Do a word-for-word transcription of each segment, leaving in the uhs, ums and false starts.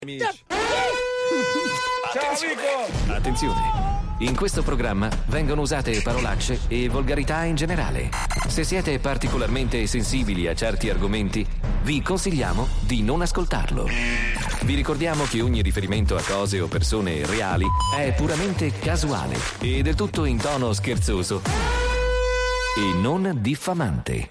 Ciao amico! Attenzione! In questo programma vengono usate parolacce e volgarità in generale. Se siete particolarmente sensibili a certi argomenti, vi consigliamo di non ascoltarlo. Vi ricordiamo che ogni riferimento a cose o persone reali è puramente casuale e del tutto in tono scherzoso e non diffamante.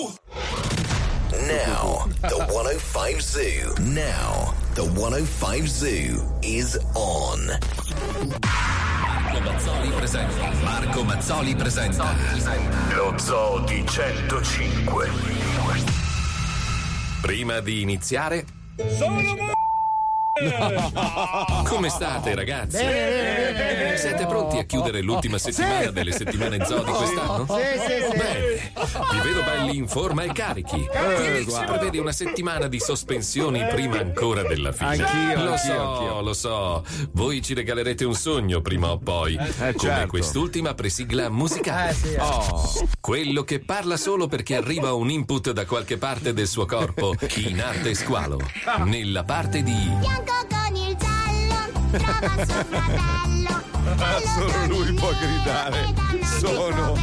Now, the one oh five Zoo. Now, the one oh five Zoo is on. Marco Mazzoli presenta. Marco Mazzoli presenta. Lo Zoo di centocinque. Prima di iniziare, Sono come state ragazzi? Bene, bene. Siete pronti a chiudere l'ultima settimana Sì. delle settimane zoo di quest'anno? Sì, sì, sì. Bene, vi vedo belli in forma e carichi. Carichissimo. Si prevede una settimana di sospensioni prima ancora della fine. Anch'io, Lo anch'io, so, anch'io. lo so. Voi ci regalerete un sogno prima o poi, come certo. quest'ultima presigla musicale. Eh, sì, eh. Oh, Quello che parla solo perché arriva un input da qualche parte del suo corpo, in arte squalo, nella parte di... Bianco con il giallo, trova suo fratello. solo lui può gridare. Sono.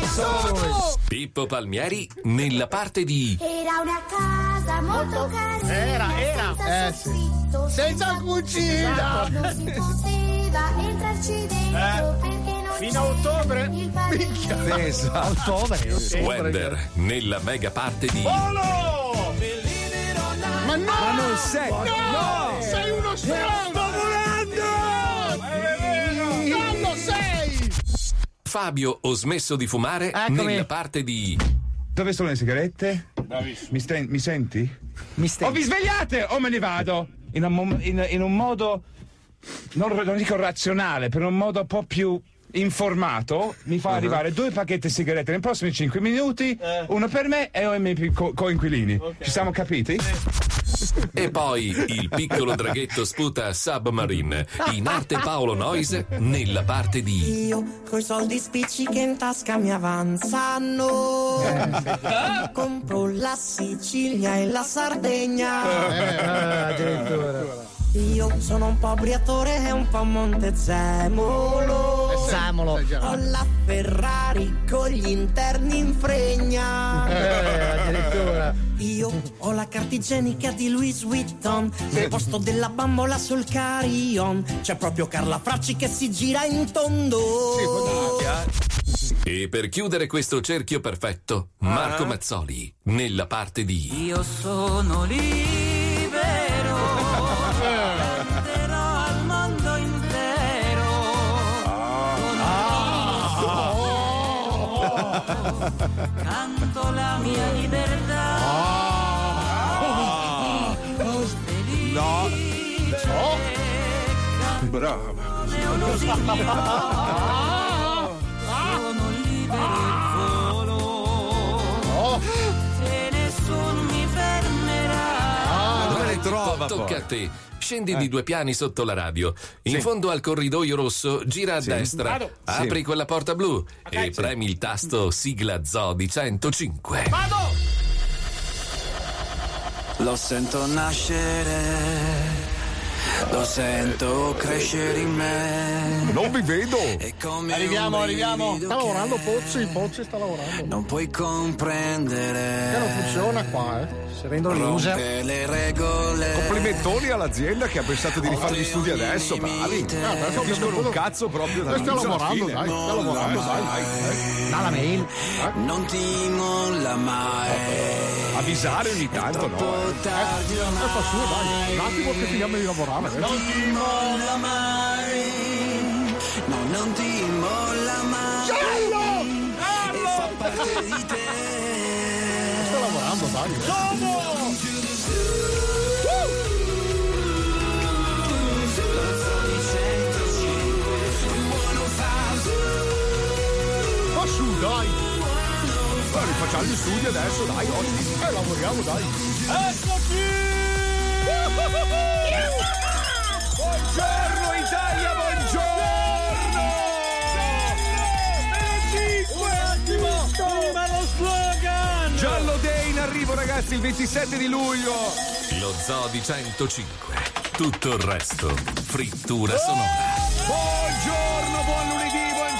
Sono. Pippo Palmieri, nella parte di... Era una casa molto carina. Era, era. Senza Eh, sì. soffitto, Senza cucina. Non si poteva entrarci dentro perché non Fino a ottobre. il padrino. Pensa. Ottobre. Wender, nella mega parte di... Polo! Ma no! Ma non sei. No! Sei uno stronzo! Sto volando! Non lo sei! Fabio, ho smesso di fumare, Eccomi. nella parte di... Dove sono le sigarette? Mi, stai- mi senti? Mi O vi svegliate o me ne vado! In un, mom- in- in un modo. Non, non dico razionale, per un modo un po' più informato, mi fa arrivare due pacchetti di sigarette nei prossimi cinque minuti, uno per me e uno ai miei co- coinquilini. Ci siamo capiti? E poi il piccolo draghetto sputa Submarine, in arte Paolo Noise, nella parte di... Io coi soldi spiccichi in tasca mi avanzano. Compro la Sicilia e la Sardegna. Addirittura. Io sono un po' Briatore e un po' Montezemolo. Samolo. Ho la Ferrari con gli interni in fregna. Eh, addirittura. Io ho la carta igienica di Louis Vuitton. Al posto della bambola sul carillon c'è proprio Carla Fracci che si gira in tondo. E per chiudere questo cerchio perfetto, Marco Mazzoli, nella parte di... Io sono libero, canterò al mondo intero. Canto la mia libertà. No. Brava. Come uno signore. Sono libero e volo. E nessuno mi fermerà. Vai, trova, tocca poi. a te. Scendi di due piani sotto la radio. In fondo al corridoio rosso, gira a destra. Vado. Apri Sì. quella porta blu e premi il tasto sigla zoo di centocinque. Vado! Lo sento nascere, lo sento crescere in me. Non vi vedo. E come Arriviamo, un arriviamo. brivido Sta che lavorando Pozzi, Pozzi sta lavorando. non puoi Che non comprendere. funziona qua, eh. Si rendono gli user. Rompe le regole. Complimentoni all'azienda che ha pensato di rifare gli studi adesso, bravi. Ah, adesso Capiscono abbiamo- un cazzo proprio Noi dalla stiamo alla lavorando, fine. dai, stiamo lavorando, dai. Dalla mail. Non ti molla mai. Avvisare ogni tanto, no? Troppo tardi Eh, fa su, dai. Un attimo che finiamo di lavorare. eh. Non ti molla mai. No, non ti molla mai. E fa parte di te. Sta lavorando, dai. Ma su, dai. Ma rifacciamo gli studi adesso, dai, oggi. Eh, lavoriamo, dai. Buongiorno Italia, buongiorno! Un attimo, prima lo slogan. Giallo Day in arrivo ragazzi il ventisette di luglio. Lo zoo di centocinque. Tutto il resto, frittura sonora. Buongiorno, buon lunedì,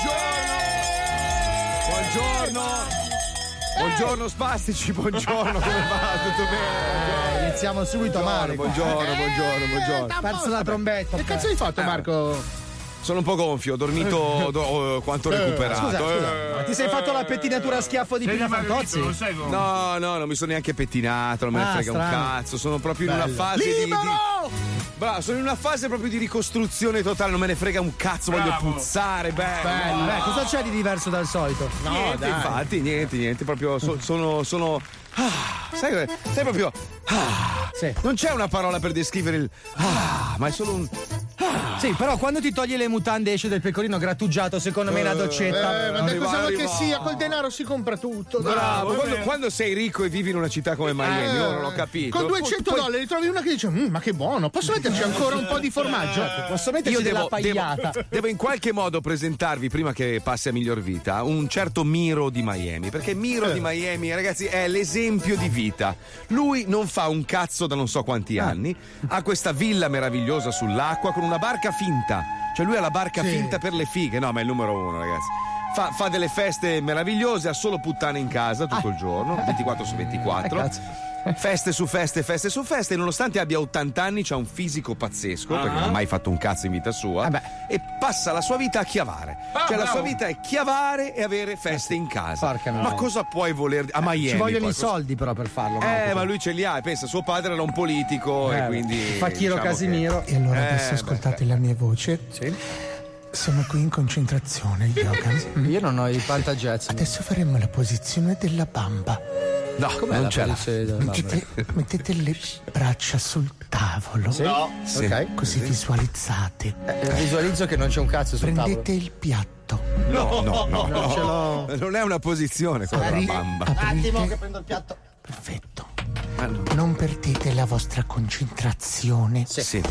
buongiorno. Buongiorno. Buongiorno spastici, buongiorno, come va? Tutto bene? Eh, iniziamo subito a male. Buongiorno, buongiorno, buongiorno. Perso la trombetta. Che cazzo hai fatto, Marco? Sono un po' gonfio, ho dormito do, quanto ho recuperato. Scusa, scusa. Ma ti sei fatto la pettinatura a schiaffo di Pino Fantozzi? No, no, non mi sono neanche pettinato, non me ne Ah, frega strano. un cazzo. Sono proprio in Bello. una fase di, Libero! di. Bravo, sono in una fase proprio di ricostruzione totale, non me ne frega un cazzo, voglio Bravo. puzzare, bello. Bello. Beh, cosa c'è di diverso dal solito? No, niente, infatti, niente, niente, proprio so- sono. sono ah, sai, sai proprio. Ah, Sì. Non c'è una parola per descrivere il. Ah, ma è solo un. Sì, però quando ti togli le mutande e esce del pecorino grattugiato, secondo me è una doccetta. Eh, ma te cosa vuoi che sia? Col denaro si compra tutto. dai. Bravo, quando, quando sei ricco e vivi in una città come Miami, Eh, io non ho capito. Con duecento Poi- dollari trovi una che dice: "Mm, ma che buono, posso metterci ancora un po' di formaggio?" Posso metterci Io della devo, pagliata? devo, devo in qualche modo presentarvi, prima che passi a miglior vita, un certo Miro di Miami. Perché Miro di Miami, ragazzi, è l'esempio di vita. Lui non fa un cazzo da non so quanti anni, ha questa villa meravigliosa sull'acqua con una barca finta. Cioè lui ha la barca Sì. finta per le fighe. No, ma è il numero uno, ragazzi. Fa, fa delle feste meravigliose, ha solo puttane in casa tutto il giorno, ventiquattro su ventiquattro. Eh, cazzo. Feste su feste, feste su feste, e nonostante abbia ottanta anni c'ha un fisico pazzesco, perché non ha mai fatto un cazzo in vita sua, Eh beh. e passa la sua vita a chiavare. Ah, cioè la bravo. sua vita è chiavare e avere feste in casa. Porca ma miseria. cosa puoi voler a Miami? Ci vogliono poi, i cosa- soldi però per farlo. Eh, Marco. ma lui ce li ha, e pensa, suo padre era un politico Eh, e quindi Facchiro diciamo Casimiro. E allora Eh, adesso beh, ascoltate la mia voce. Sì. Siamo qui in concentrazione, yoga. Io non ho i pantagezzi. Adesso faremo la posizione della bamba. che- No, Com'è non la ce l'ha. posizione della bamba? Mettete, mettete le braccia sul tavolo. Sì? Sì. Ok. Così visualizzate. Eh, visualizzo che non c'è un cazzo sul tavolo. Prendete il piatto. No, no, no, Non ce no. l'ho. Non è una posizione quella Apri- della bamba. aprite- prendo il piatto. Perfetto. Ah, no. Non perdete la vostra concentrazione. Sì, sì.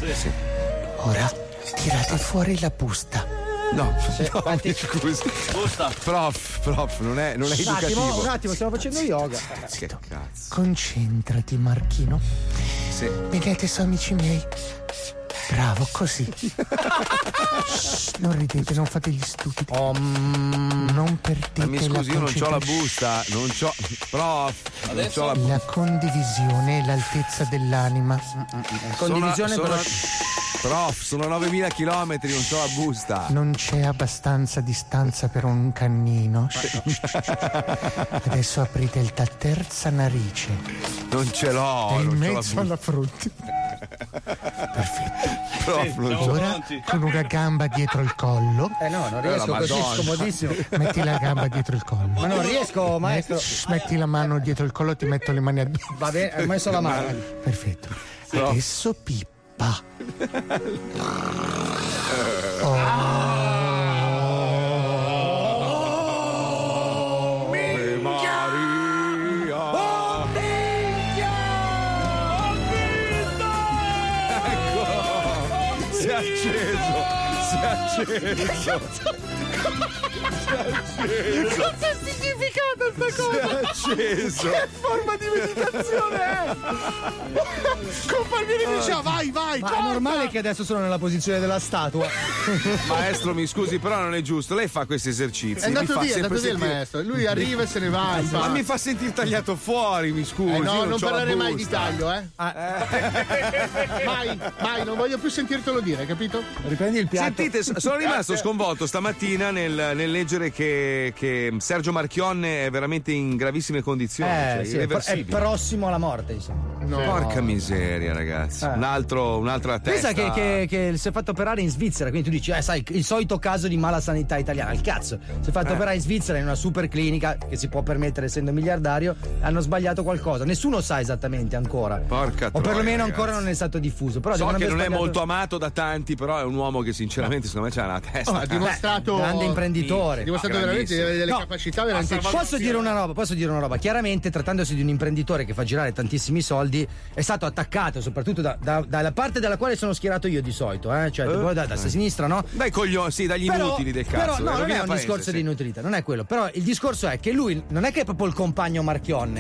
Ora tirate fuori la busta. No, no, quanti- mi scusi. Prof, prof, non è, non è Un educativo. attimo, un attimo, stiamo facendo yoga. Che cazzo. Concentrati, Marchino. Sì. Bene, adesso, amici miei. Bravo, così. Shh, non ridete, non fate gli stupidi. Non perdete Ma mi scusi, la io non c'ho la concentrazione. busta, non c'ho. Prof, non c'ho la La condivisione e l'altezza dell'anima. Condivisione sono, però. sono- Prof, sono novemila chilometri, non c'ho la busta. Non c'è abbastanza distanza per un cannino. Adesso aprite il- la terza narice. Non ce l'ho, e in non c'ho la mezzo busta. alla fronte. Perfetto. Prof, non c'ho. Ora con una gamba dietro il collo. Eh no, non Eh, riesco la così, Madonna. scomodissimo. Metti la gamba dietro il collo. Ma non riesco, maestro. Shh, metti la mano dietro il collo, ti metto le mani addosso. Va bene, ho messo la mano. Perfetto. Adesso pippa. Ave Maria. Ecco. Si è acceso, si è acceso. Cosa significata sta Si è acceso. forma di meditazione è? Compagni mi diceva vai vai Ma è normale che adesso sono nella posizione della statua. Maestro, mi scusi, però non è giusto. Lei fa questi esercizi. è mi andato fa via, è sempre andato via il sentire- maestro. Lui arriva e se ne va. Ma infatti. mi fa sentire tagliato fuori, mi scusi. Eh io no, non c'ho la parlerei mai di busta. taglio, eh. Mai, mai, non voglio più sentirtelo dire, capito? Riprendi il piatto. Sentite, s- sono rimasto sconvolto stamattina nel, nel leggere che, che Sergio Marchionne è veramente in gravissime condizioni. Eh, cioè, sì, è, pro- è irreversibile. prossimo alla morte, insomma. Porca miseria, ragazzi. Eh. Un altro, un'altra testa. Pensa che, che, che si è fatto operare in Svizzera, quindi tu dici, eh, sai, il solito caso di mala sanità italiana. Il cazzo, si è fatto Eh. operare in Svizzera in una super clinica che si può permettere essendo miliardario. Hanno sbagliato qualcosa, nessuno sa esattamente ancora. Porca O troia, perlomeno ragazzi. ancora non è stato diffuso. Però So devono che aver non è sbagliato- molto amato da tanti, però è un uomo che sinceramente secondo me c'ha una testa. Oh, ha dimostrato grande imprenditore. Ha dimostrato veramente di avere delle No, capacità veramente. Posso dire una roba, posso dire una roba. Chiaramente, trattandosi di un imprenditore che fa girare tantissimi soldi, è stato attaccato, soprattutto da- da- dalla parte dalla quale sono schierato io di solito, eh? Cioè, tipo da, da sinistra, no? Dai coglioni, sì, dagli Però- inutili del però cazzo. no, eh, non rovina è un paese, discorso sì. di inutilità, non è quello. Però il discorso è che lui non è che è proprio il compagno Marchionne.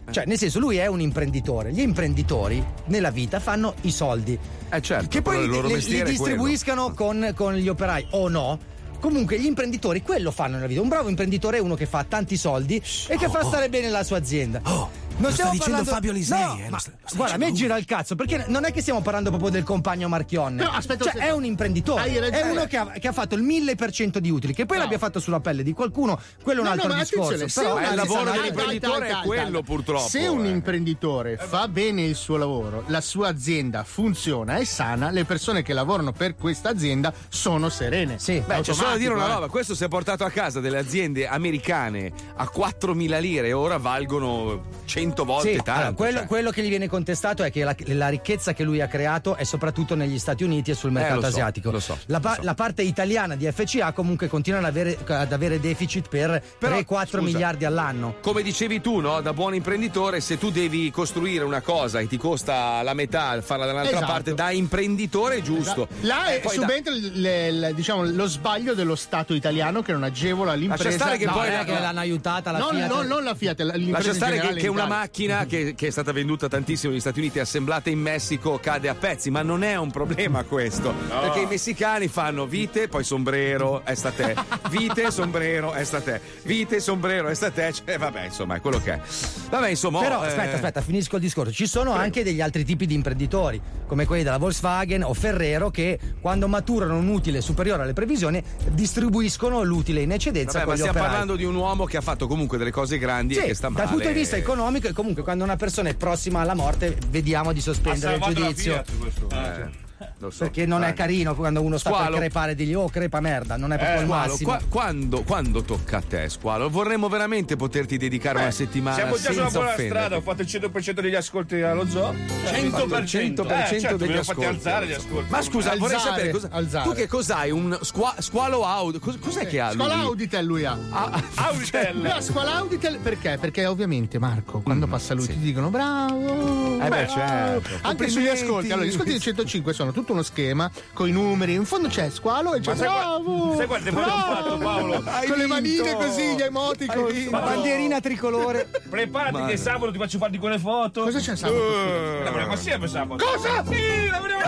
Cioè, nel senso, lui è un imprenditore. Gli imprenditori nella vita fanno i soldi. Eh certo, che poi il loro li, mestiere li è quello. distribuiscono con, con gli operai o no. Comunque gli imprenditori quello fanno nella vita. Un bravo imprenditore è uno che fa tanti soldi Shh, e che oh, fa stare oh. bene la sua azienda. Oh. Non lo sta dicendo parlando... Fabio Lisei. No, eh, ma, sta, sta guarda, a me gira il cazzo, perché non è che stiamo parlando proprio del compagno Marchionne. No, aspetta, cioè, aspetta. è un imprenditore. È uno che ha, che ha fatto il mille per cento di utili. Che poi no. l'abbia fatto sulla pelle di qualcuno, quello è un no, altro no, discorso. Però il lavoro dell'imprenditore dai, è quello, dai. purtroppo. Se un eh. imprenditore fa bene il suo lavoro, la sua azienda funziona, è sana, le persone che lavorano per questa azienda sono serene. Sì. Beh, c'è solo da dire una eh. roba: questo si è portato a casa delle aziende americane a quattromila lire e ora valgono cento volte sì, tanto. Allora, quello, cioè. quello che gli viene contestato è che la, la ricchezza che lui ha creato è soprattutto negli Stati Uniti e sul mercato eh, lo so, asiatico. Lo so, la, pa- lo so. la parte italiana di F C A comunque continua ad avere, ad avere deficit per tre quattro miliardi all'anno. Come dicevi tu, no? Da buon imprenditore, se tu devi costruire una cosa e ti costa la metà farla dall'altra esatto. parte, da imprenditore è giusto. Là eh, è subentra da... le, le, diciamo, lo sbaglio dello Stato italiano che non agevola l'impresa. Lascia stare che no, poi non è che l'hanno aiutata la non, Fiat. Non, non la Fiat, l'impresa. Lascia stare che, che una Italia. macchina che, che è stata venduta tantissimo negli Stati Uniti, assemblata in Messico, cade a pezzi, ma non è un problema questo. No. Perché i messicani fanno vite, poi sombrero, è sta te. Vite, sombrero, è sta te. Vite, sombrero, è sta te. Cioè, vabbè, insomma, è quello che è. Vabbè, insomma. Però, eh... aspetta, aspetta, finisco il discorso. Ci sono Prego. anche degli altri tipi di imprenditori, come quelli della Volkswagen o Ferrero, che quando maturano un utile superiore alle previsioni distribuiscono l'utile in eccedenza. Vabbè, con ma gli stiamo operai. parlando di un uomo che ha fatto comunque delle cose grandi sì, e che sta male. Dal punto di vista economico, e comunque quando una persona è prossima alla morte, vediamo di sospendere il giudizio. La Fiat, questo. Eh. Lo so, perché non eh. è carino quando uno sta Squalo. per crepare di oh crepa merda, non è proprio Eh, il Squalo, massimo. qua- quando, quando tocca a te, Squalo? Vorremmo veramente poterti dedicare Eh, una settimana siamo già senza sulla buona offenderti. strada, ho fatto il cento per cento degli ascolti allo zoo. cento per cento Eh, certo, degli mi ho fatti ascolti. alzare gli ascolti. Ma scusa, Alzare, vorrei sapere cosa, alzare. tu che cos'hai? Un squa- squalo audio? Cos- cos'è che ha? Squalo lui? Auditel lui ha. Ah, Auditel. No, Squalo Auditel perché? Perché ovviamente Marco, quando Mm, passa lui sì. ti dicono bravo. Eh beh, bravo. certo. Anche sugli Complimenti. ascolti. Allora, gli ascolti del centocinque sono tutto uno schema con i numeri. In fondo c'è Squalo e c'è Ma sai qua- bravo. sai quante volte ho bravo. fatto, Paolo? Hai Con le vinto. manine così, gli emoticon. Hai vinto. La bandierina tricolore. Preparati che sabato ti faccio fare di quelle foto. Cosa c'è sabato? Eh. Lavoriamo assieme sabato. Cosa? Sì, lavoriamo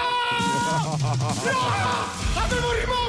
Avevo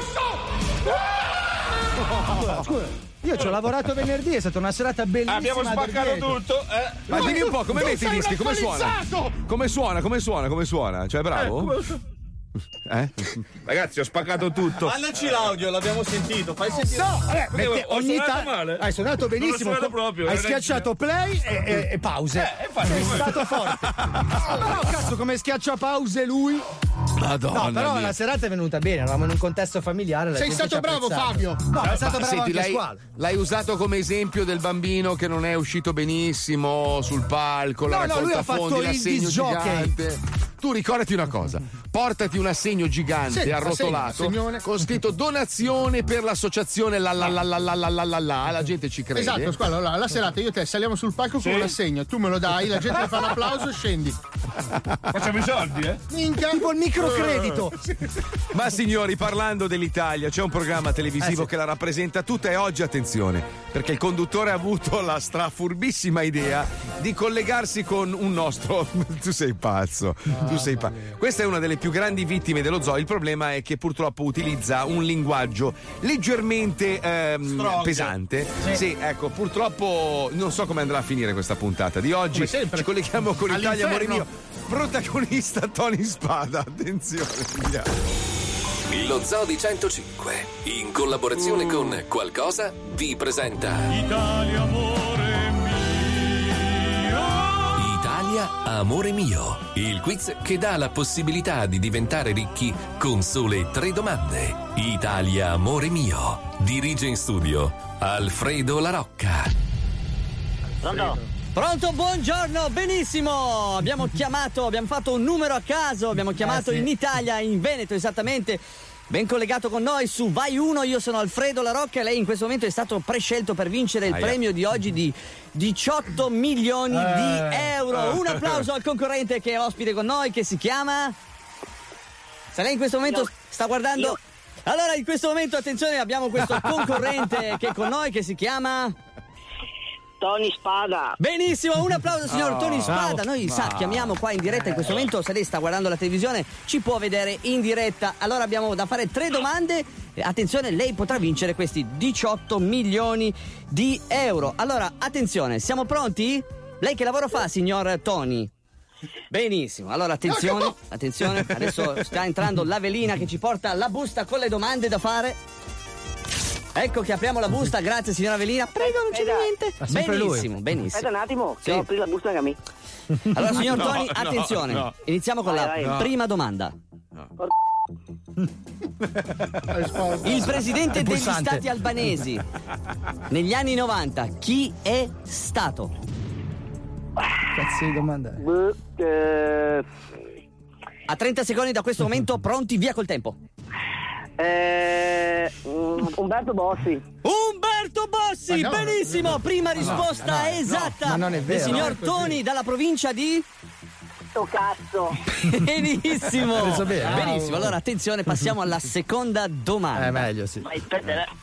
rimosso! Scusa, io ci ho lavorato venerdì, è stata una serata bellissima. Abbiamo spaccato Albergheto. tutto. Eh. Ma dimmi un po', come tu metti i sei dischi? un Come suona? alcolizzato! Come suona? Come suona? Come suona? Cioè, bravo? Eh? Ragazzi, ho spaccato tutto. Mandaci l'audio, l'abbiamo sentito. Fai sentire. No, vabbè, Perché perché ho ogni suonato tanto male? hai suonato benissimo. Non ho suonato proprio, Hai non è- schiacciato play e, e- e pause. Eh, infatti, Sei quello. stato forte. Però cazzo, come schiaccia pause lui. Madonna No, però mia. la serata è venuta bene, eravamo in un contesto familiare. la Sei gente stato ci ha bravo, apprezzato. Fabio. No, è stato Ma bravo senti, anche l'hai, Squalo. l'hai usato come esempio del bambino che non è uscito benissimo sul palco, la No, no, lui raccolta ha fatto fondi, il l'assegno disc jockey. gigante. Tu ricordati una cosa, portati un assegno gigante Sì, arrotolato assegno, assegnone. con scritto donazione per l'associazione la la la la la la la la la, la gente ci crede. Esatto, Squalo, la, la serata io e te saliamo sul palco con Sì. l'assegno, tu me lo dai, la gente fa l'applauso e scendi. Facciamo i soldi, eh? Minchia. Tipo il microcredito. Ma signori, parlando dell'Italia, c'è un programma televisivo Eh, sì. che la rappresenta tutta e oggi attenzione, perché il conduttore ha avuto la strafurbissima idea di collegarsi con un nostro tu sei pazzo, tu sei pazzo. Questa è una delle più grandi vittime dello zoo. Il problema è che purtroppo utilizza un linguaggio leggermente ehm, pesante. Sì. Sì, ecco, purtroppo non so come andrà a finire questa puntata di oggi. Come sempre. Ci colleghiamo con Italia, amore All'inferno. mio. Protagonista Tony Spada, attenzione, andiamo. Lo Zoo di centocinque, in collaborazione con Qualcosa, vi presenta Italia, amore mio. Italia, amore mio, il quiz che dà la possibilità di diventare ricchi con sole tre domande. Italia, amore mio, dirige in studio Alfredo La Rocca. Pronto? Pronto, buongiorno, benissimo. Abbiamo chiamato, abbiamo fatto un numero a caso, abbiamo chiamato Eh, sì. in Italia, in Veneto esattamente. Ben collegato con noi su Vai uno, io sono Alfredo La Rocca e lei in questo momento è stato prescelto per vincere il Aia. premio di oggi di diciotto milioni di euro. Un applauso al concorrente che è ospite con noi, che si chiama... Se lei in questo momento sta guardando... Allora, in questo momento, attenzione, abbiamo questo concorrente che è con noi, che si chiama... Tony Spada. Benissimo, un applauso signor Oh, Tony Spada. bravo. Noi sa, Wow. chiamiamo qua in diretta in questo momento, se lei sta guardando la televisione ci può vedere in diretta. Allora abbiamo da fare tre domande. Attenzione, lei potrà vincere questi diciotto milioni di euro. Allora, attenzione, siamo pronti? Lei che lavoro fa, signor Tony? Benissimo, allora attenzione, attenzione, adesso sta entrando la velina che ci porta la busta con le domande da fare. Ecco che apriamo la busta, grazie signora Velina. Prego, non c'è niente. Ma sempre lui. Benissimo, benissimo. Aspetta un attimo, Sì. devo aprire la busta anche a me. Allora signor No, Tony, no, attenzione, no. iniziamo con Vai, la vai. No. prima domanda. Por- Il presidente Il degli pulsante. Stati albanesi negli anni novanta chi è stato? Cazzo di domanda. eh, A trenta secondi da questo momento, pronti, via col tempo. eh, mm, Umberto Bossi. Umberto Bossi, Ma no, benissimo, prima no, risposta no, esatta. no, ma non è vero. Il signor Non è così. Tony dalla provincia di... Sto cazzo. Benissimo. Preso bene. Benissimo, allora attenzione, passiamo alla seconda domanda. È meglio, sì. Vai, aspetta, eh.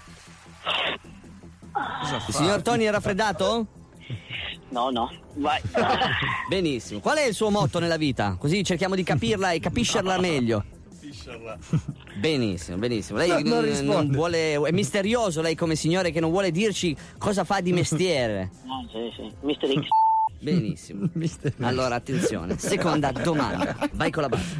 Il signor Tony è raffreddato? No, no, vai. Benissimo. Qual è il suo motto nella vita? Così cerchiamo di capirla e capiscerla meglio. Benissimo, benissimo. Lei No, non mm, risponde. vuole. È misterioso lei come signore che non vuole dirci cosa fa di mestiere. No, sì, sì. mister X. Benissimo. Allora, attenzione. Seconda domanda. Vai con la base.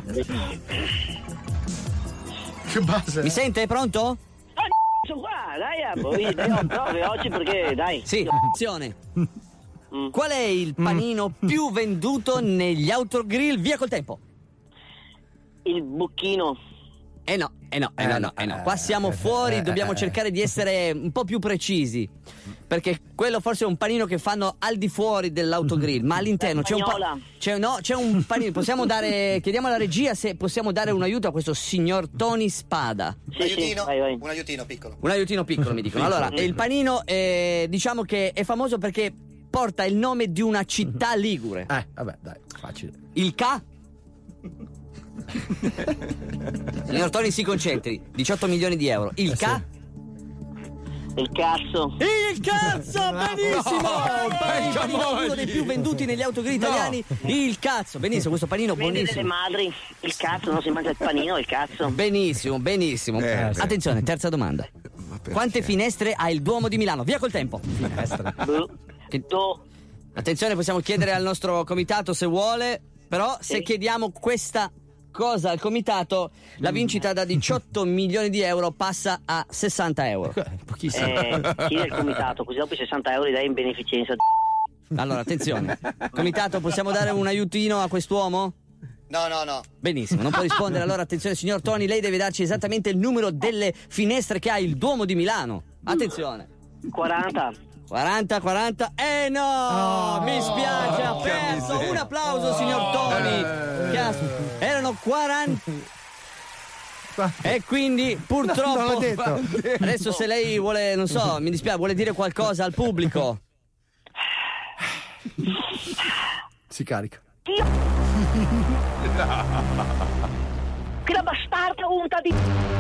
Che base? Mi sente? Pronto? Sono qua, dai, eh, poi dai, ho prove oggi perché, dai. Sì, attenzione. Qual è il panino più venduto negli autogrill? Via col tempo. Il bucchino. Eh no, eh no, eh no, no, eh no. Qua siamo fuori, dobbiamo cercare di essere un po' più precisi. Perché quello forse è un panino che fanno al di fuori dell'autogrill, ma all'interno c'è un Spagnola. pa- c'è, no, c'è un panino. Possiamo dare. Chiediamo alla regia se possiamo dare un aiuto a questo signor Tony Spada. Sì, aiutino? Vai, vai. Un aiutino piccolo. Un aiutino piccolo, mi dicono. Allora, il panino eh, diciamo che è famoso perché porta il nome di una città ligure. Eh, vabbè, dai, facile. Il Ca. Signor Tony si concentri, diciotto milioni di euro. Il Ca. Il cazzo. Il cazzo, benissimo! No, Il panino è uno dei più venduti negli autogrill No. italiani. Il cazzo, benissimo, questo panino Vende delle buonissimo. madri. Il cazzo, non si mangia il panino, il cazzo. Benissimo, benissimo. Eh, sì. Attenzione, terza domanda. Quante finestre ha il Duomo di Milano? Via col tempo. Finestre. Attenzione, possiamo chiedere al nostro comitato se vuole, però se chiediamo questa cosa al comitato, la vincita da diciotto milioni di euro passa a sessanta euro. Pochissimo. Eh, chiede il comitato, così dopo i sessanta euro li dai in beneficenza. Allora, attenzione. Comitato, possiamo dare un aiutino a quest'uomo? No, no, no. Benissimo, non può rispondere. Allora, attenzione, signor Tony, lei deve darci esattamente il numero delle finestre che ha il Duomo di Milano. Attenzione. quaranta. quaranta, quaranta. Eh no! mi spiace, ha perso. Un applauso, signor Tony. Che ha- Erano quaranta. E quindi purtroppo Non l'ho detto. adesso se lei vuole, non so, mi dispiace, vuole dire qualcosa al pubblico. Si carica. Che la bastarda unta di...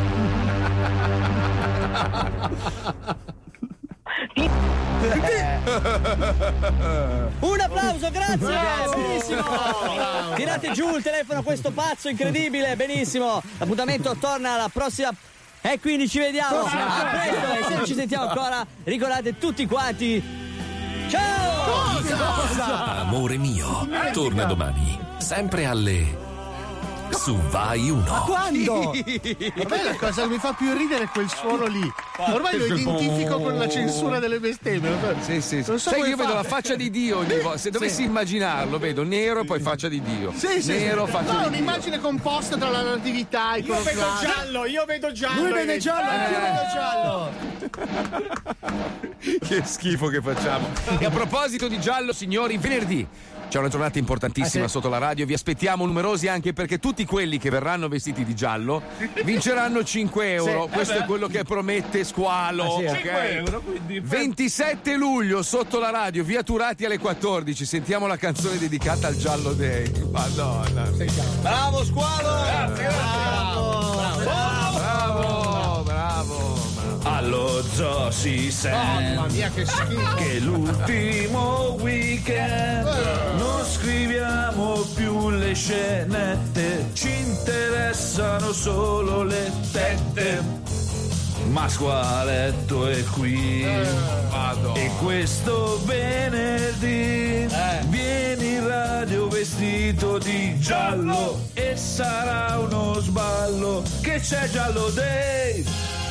Un applauso, grazie! Bravo! Benissimo! Tirate giù il telefono a questo pazzo incredibile, benissimo! L'appuntamento torna alla prossima. E quindi ci vediamo a presto e se non ci sentiamo ancora, ricordate tutti quanti. Ciao! Amore mio, torna domani, sempre alle su Vai uno. Quando? A me la cosa che mi fa più ridere è quel suono lì. Ormai lo identifico con la censura delle bestemmie. Sì, sì. Non so Sai che come io vedo fa. la faccia di Dio ogni volta. Se dovessi Sì. immaginarlo, vedo nero e poi faccia di Dio. Sì, sì, Nero, sì. faccia No, di Dio. un'immagine composta tra la natività e Io vedo giallo, io vedo giallo. Lui vede invece. giallo, Eh. anch'io vedo giallo. Che schifo che facciamo. E a proposito di giallo, signori, venerdì c'è una giornata importantissima Ah, sì? sotto la radio. Vi aspettiamo numerosi anche perché tutti quelli che verranno vestiti di giallo vinceranno cinque euro. Sì, Questo eh beh. è quello che promette Squalo. Ah, sì, ok? cinque euro, quindi ventisette luglio sotto la radio, via Turati alle quattordici. Sentiamo la canzone dedicata al Giallo Day. Madonna. Bravo squalo! Grazie, Bravo, bravo, bravo. Allo zoo si sente Mamma mia, che schifo. che l'ultimo weekend non scriviamo più le scenette, ci interessano solo le tette. Ma Squaletto è qui e questo venerdì vieni in radio vestito di giallo e sarà uno sballo che c'è Giallo Day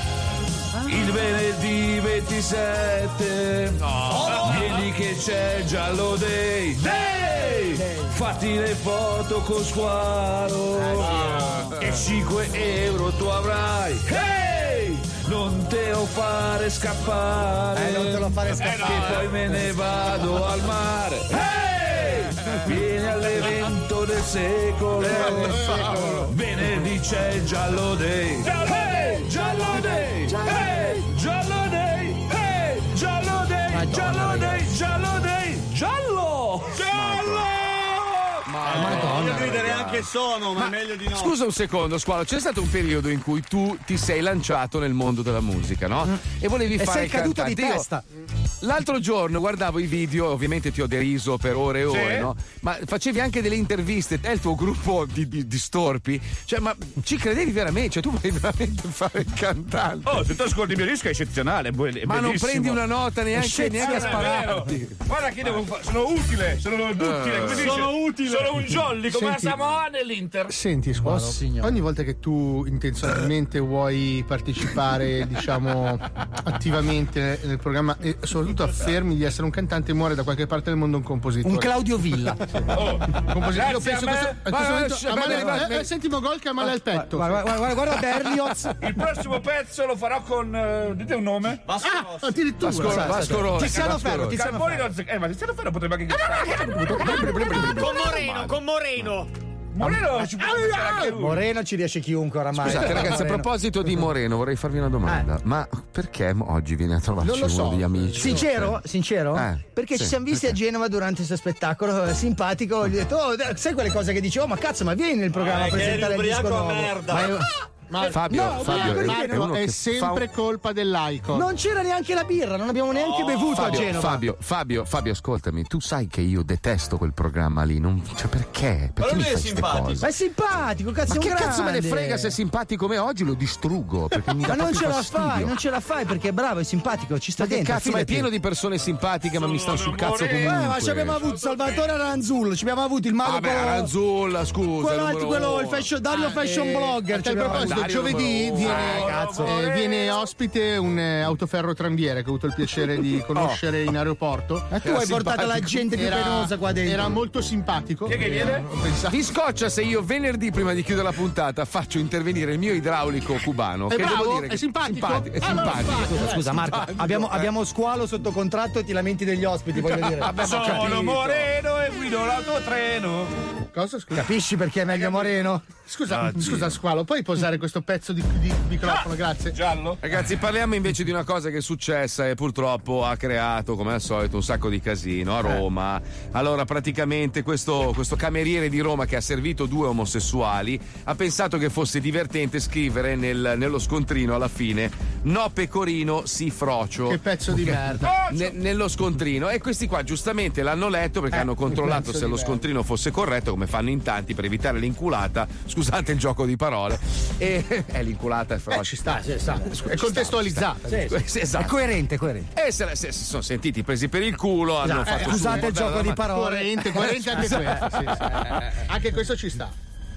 il venerdì ventisette. Vieni che c'è Giallo Day Day, fatti le foto con Squalo e cinque euro tu avrai. Hey, non te lo fare scappare, Eh, non te lo fare scappare. che poi me ne vado al mare. Hey, vieni all'evento del secolo, venerdì c'è Giallo Day. Hey, Giallo Day, hey, Giallo Day, hey, Giallo Day, Giallo Day, Giallo Day, Giallo, Giallo. Eh, io griderei anche sono, ma, è meglio di no. Scusa un secondo, Squalo, c'è stato un periodo in cui tu ti sei lanciato nel mondo della musica, no? E volevi E fare sei il caduto di cantante. Io testa. L'altro giorno guardavo i video, ovviamente ti ho deriso per ore e ore, Sì. no? Ma facevi anche delle interviste, te e il tuo gruppo di, di, di storpi, cioè, ma ci credevi veramente? Cioè, tu volevi veramente fare il cantante? Oh, se tu ascolti il mio disco è eccezionale, è be- è Ma non bellissimo. prendi una nota neanche, neanche a spararti. Guarda che devo fare, sono utile, sono utile, come si Sono dice? utile. Sono un jolly come la Senti- Samoa nell'Inter. Senti, Squalo, Oh, signore. ogni volta che tu intenzionalmente vuoi partecipare, diciamo, attivamente nel programma e soprattutto affermi di essere un cantante, muore da qualche parte del mondo un compositore. Un Claudio Villa. Oh, compositore. Io grazie penso a me. questo, a questo Vai, momento vai, a male- vai, vai, eh, eh, senti Mogol che ha male al petto. Guarda, guarda, guarda, guarda Berlioz. Il prossimo pezzo lo farò con eh, dite un nome? Vasco Ah, Rossi. addirittura. Vasco, Sa- Vasco sa- Rossi. Tiziano Vasco Ferro, Rossi. Tiziano Carboni Ferro. non eh, ma Tiziano Ferro potrebbe anche Con Moreno, con Moreno. Moreno ci può essere anche lui. Moreno ci riesce chiunque oramai. Scusate ragazzi, a Moreno. proposito di Moreno vorrei farvi una domanda. Ma perché oggi viene a trovarci Non lo so. uno degli amici? Sincero? Sincero? Eh, Perché sì, ci siamo visti a Genova durante il suo spettacolo, eh, simpatico. Gli ho detto, oh, dai, sai quelle cose che dici, oh, ma cazzo, ma vieni nel programma Eh, a che presentare eri il disco ubriaco a nuovo. merda. Ma io- Ma Fabio, No, Fabio perché è, è Marco, uno è che sempre fa... colpa dell'Icon. Non c'era neanche la birra, non abbiamo neanche bevuto Fabio, a Genova. Fabio, Fabio, Fabio, ascoltami, tu sai che io detesto quel programma lì, non... cioè perché? Perché Però mi lui è fai queste simpatico. cose? Ma è simpatico, cazzo, Ma è che un cazzo me ne grande. frega se è simpatico come oggi, lo distruggo perché mi dà Ma non proprio ce la fastidio. fai, non ce la fai perché è bravo, è simpatico, ci sta Ma che dentro. cazzo, ma è fidati. pieno di persone simpatiche, ma mi stanno sul cazzo Eh, comunque. ma ci abbiamo avuto Salvatore Aranzul, ci abbiamo avuto il mago Vabbè, quello- Aranzulla, scusa. quello, numero quello, il uno. fashion, Dario Fashion Eh, Blogger. a ci tal abbiamo proposito, avuto. giovedì numero viene, uno. cazzo, eh, viene ospite un eh, autoferro tranviere che ho avuto il piacere di conoscere in aeroporto. Ma tu hai portato la gente più Era- penosa qua dentro. Era molto simpatico. Chi è che viene? Ho pensato- Vi scoccia se io venerdì prima di chiudere la puntata faccio intervenire il mio idraulico cubano. È che bravo? devo dire È che simpatico? simpatico, è Allora, simpatico. simpatico. Scusa, scusa, Marco, simpatico, abbiamo, eh. abbiamo Squalo sotto contratto e ti lamenti degli ospiti, voglio dire. Vabbè, ma ho Sono capito. Moreno e guido l'autotreno. Cosa? Scusa. Capisci perché è meglio Moreno? Scusa, scusa Squalo, puoi posare questo pezzo di, di microfono, grazie. Giallo? Ragazzi, parliamo invece di una cosa che è successa e purtroppo ha creato, come al solito, un sacco di casino a Roma. Allora, praticamente, questo, questo cameriere di Roma che ha servito due omosessuali ha pensato che fosse divertente scrivere nel- nello scontrino alla fine: no pecorino, sì frocio. Che pezzo di merda. Ne- nello scontrino, e questi qua giustamente l'hanno letto perché Eh, hanno controllato pezzo se di lo merda. scontrino fosse corretto, come fanno in tanti per evitare l'inculata. Scusate il gioco di parole. E è l'inculata è feroce. Eh, ci sta, sì, sta. È contestualizzata. Sì, sì. Sì, esatto. È coerente, coerente. E se, se si sono sentiti presi per il culo, hanno Esatto. fatto Eh, scusate su- il gioco di parole. Coerente, coerente anche questo. Sì, sì. Anche questo ci sta.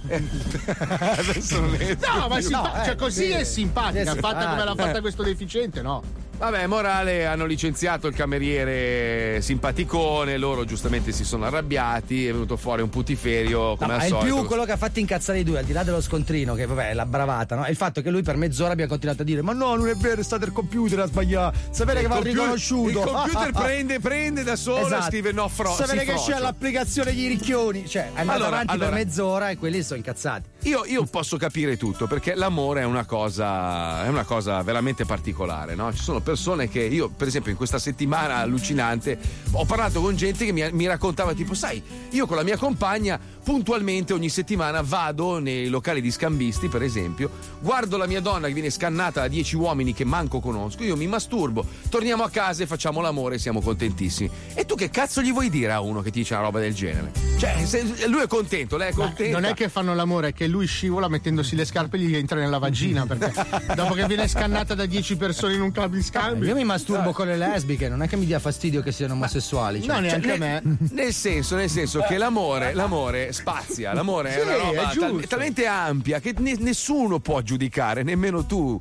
Adesso non è- No, ma è simpa- No, eh, cioè, così sì. è simpatica. Sì, Fatta come l'ha simpatico. fatta questo deficiente, no. Vabbè, morale, hanno licenziato il cameriere simpaticone, loro giustamente si sono arrabbiati, è venuto fuori un putiferio come No, al è il solito. più quello che ha fatto incazzare i due, al di là dello scontrino, che vabbè è la bravata, no? È il fatto che lui per mezz'ora abbia continuato a dire: ma no, non è vero, è stato il computer a sbagliare. Sapere che va computer- riconosciuto. il computer prende, prende da solo e scrive no fro- Sapere sì, che frocio. c'è l'applicazione di ricchioni. Cioè, è andato Allora, avanti allora- per mezz'ora e quelli sono incazzati. io, io posso capire tutto, perché l'amore è una cosa è una cosa veramente particolare, no? Ci sono persone che io, per esempio, in questa settimana allucinante ho parlato con gente che mi, mi raccontava tipo, sai, io con la mia compagna puntualmente ogni settimana vado nei locali di scambisti, per esempio, guardo la mia donna che viene scannata da dieci uomini che manco conosco, io mi masturbo, torniamo a casa e facciamo l'amore e siamo contentissimi. E tu che cazzo gli vuoi dire a uno che ti dice una roba del genere? Cioè, se lui è contento, lei è contenta. Non è che fanno l'amore, è che lui scivola mettendosi le scarpe e gli entra nella vagina, perché dopo che viene scannata da dieci persone in un club di scambi. Io mi masturbo con le lesbiche, non è che mi dia fastidio che siano omosessuali. Cioè, no, neanche cioè, a me. Nel senso, nel senso che l'amore, l'amore spazia, l'amore Sì, è una roba è tal- talmente ampia che ne- nessuno può giudicare, nemmeno tu.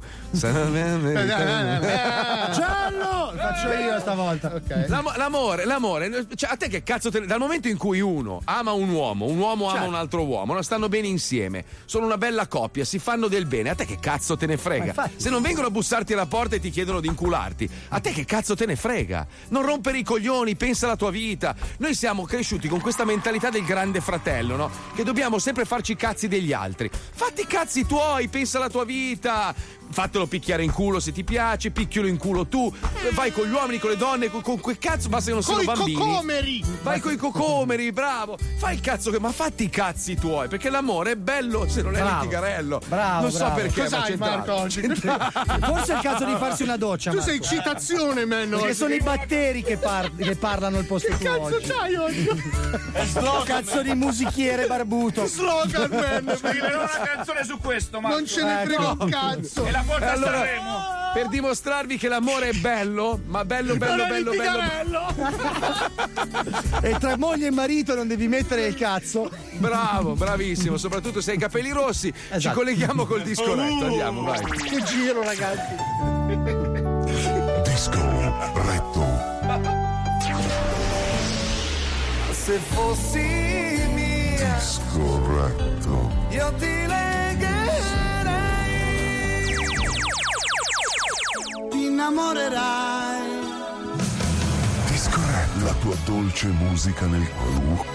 Giallo! Faccio io stavolta. Okay. L'am- l'amore, l'amore, cioè a te che cazzo te ne... Dal momento in cui uno ama un uomo, un uomo ama Certo. un altro uomo, non stanno bene insieme, sono una bella coppia, si fanno del bene, a te che cazzo te ne frega? infatti- Se non vengono a bussarti alla porta e ti chiedono di incularti, a te che cazzo te ne frega? Non rompere i coglioni, pensa alla tua vita. Noi siamo cresciuti con questa mentalità del grande fratello, no? Che dobbiamo sempre farci i cazzi degli altri. Fatti i cazzi tuoi, pensa alla tua vita. Fatelo picchiare in culo se ti piace, picchialo in culo tu, vai con gli uomini, con le donne, con, con quel cazzo, basta che non siano Coi bambini. cocomeri! Vai coi cocomeri, bravo. Fai il cazzo che, ma fatti i cazzi tuoi, perché l'amore è bello se non è Bravo. litigarello. Bravo, non so bravo. perché, ma Cos'hai, c'entrava. Marco, oggi? Forse è il caso di farsi una doccia. Tu Marco. sei citazione, man. Perché oggi. sono i batteri che, par- che parlano al posto Che tuo cazzo oggi. c'hai oggi? Cazzo di musichiere barbuto. Slogan, man. Scriverò una canzone su questo, Marco. Non ce ne Ecco. frega un cazzo. E la porta Allora, a Sanremo. per dimostrarvi che l'amore è bello, ma bello, bello, Non è bello, bello, litigarello. E tra moglie e marito non devi mettere il cazzo. bravo, bravissimo, soprattutto se hai i capelli rossi. Ci Esatto. colleghiamo col disco retto, andiamo, vai. Che giro, ragazzi. Disco retto. Se fossi mia, Disco retto. io ti legherei. Ti innamorerai. Disco retto. La tua dolce musica nel cuore.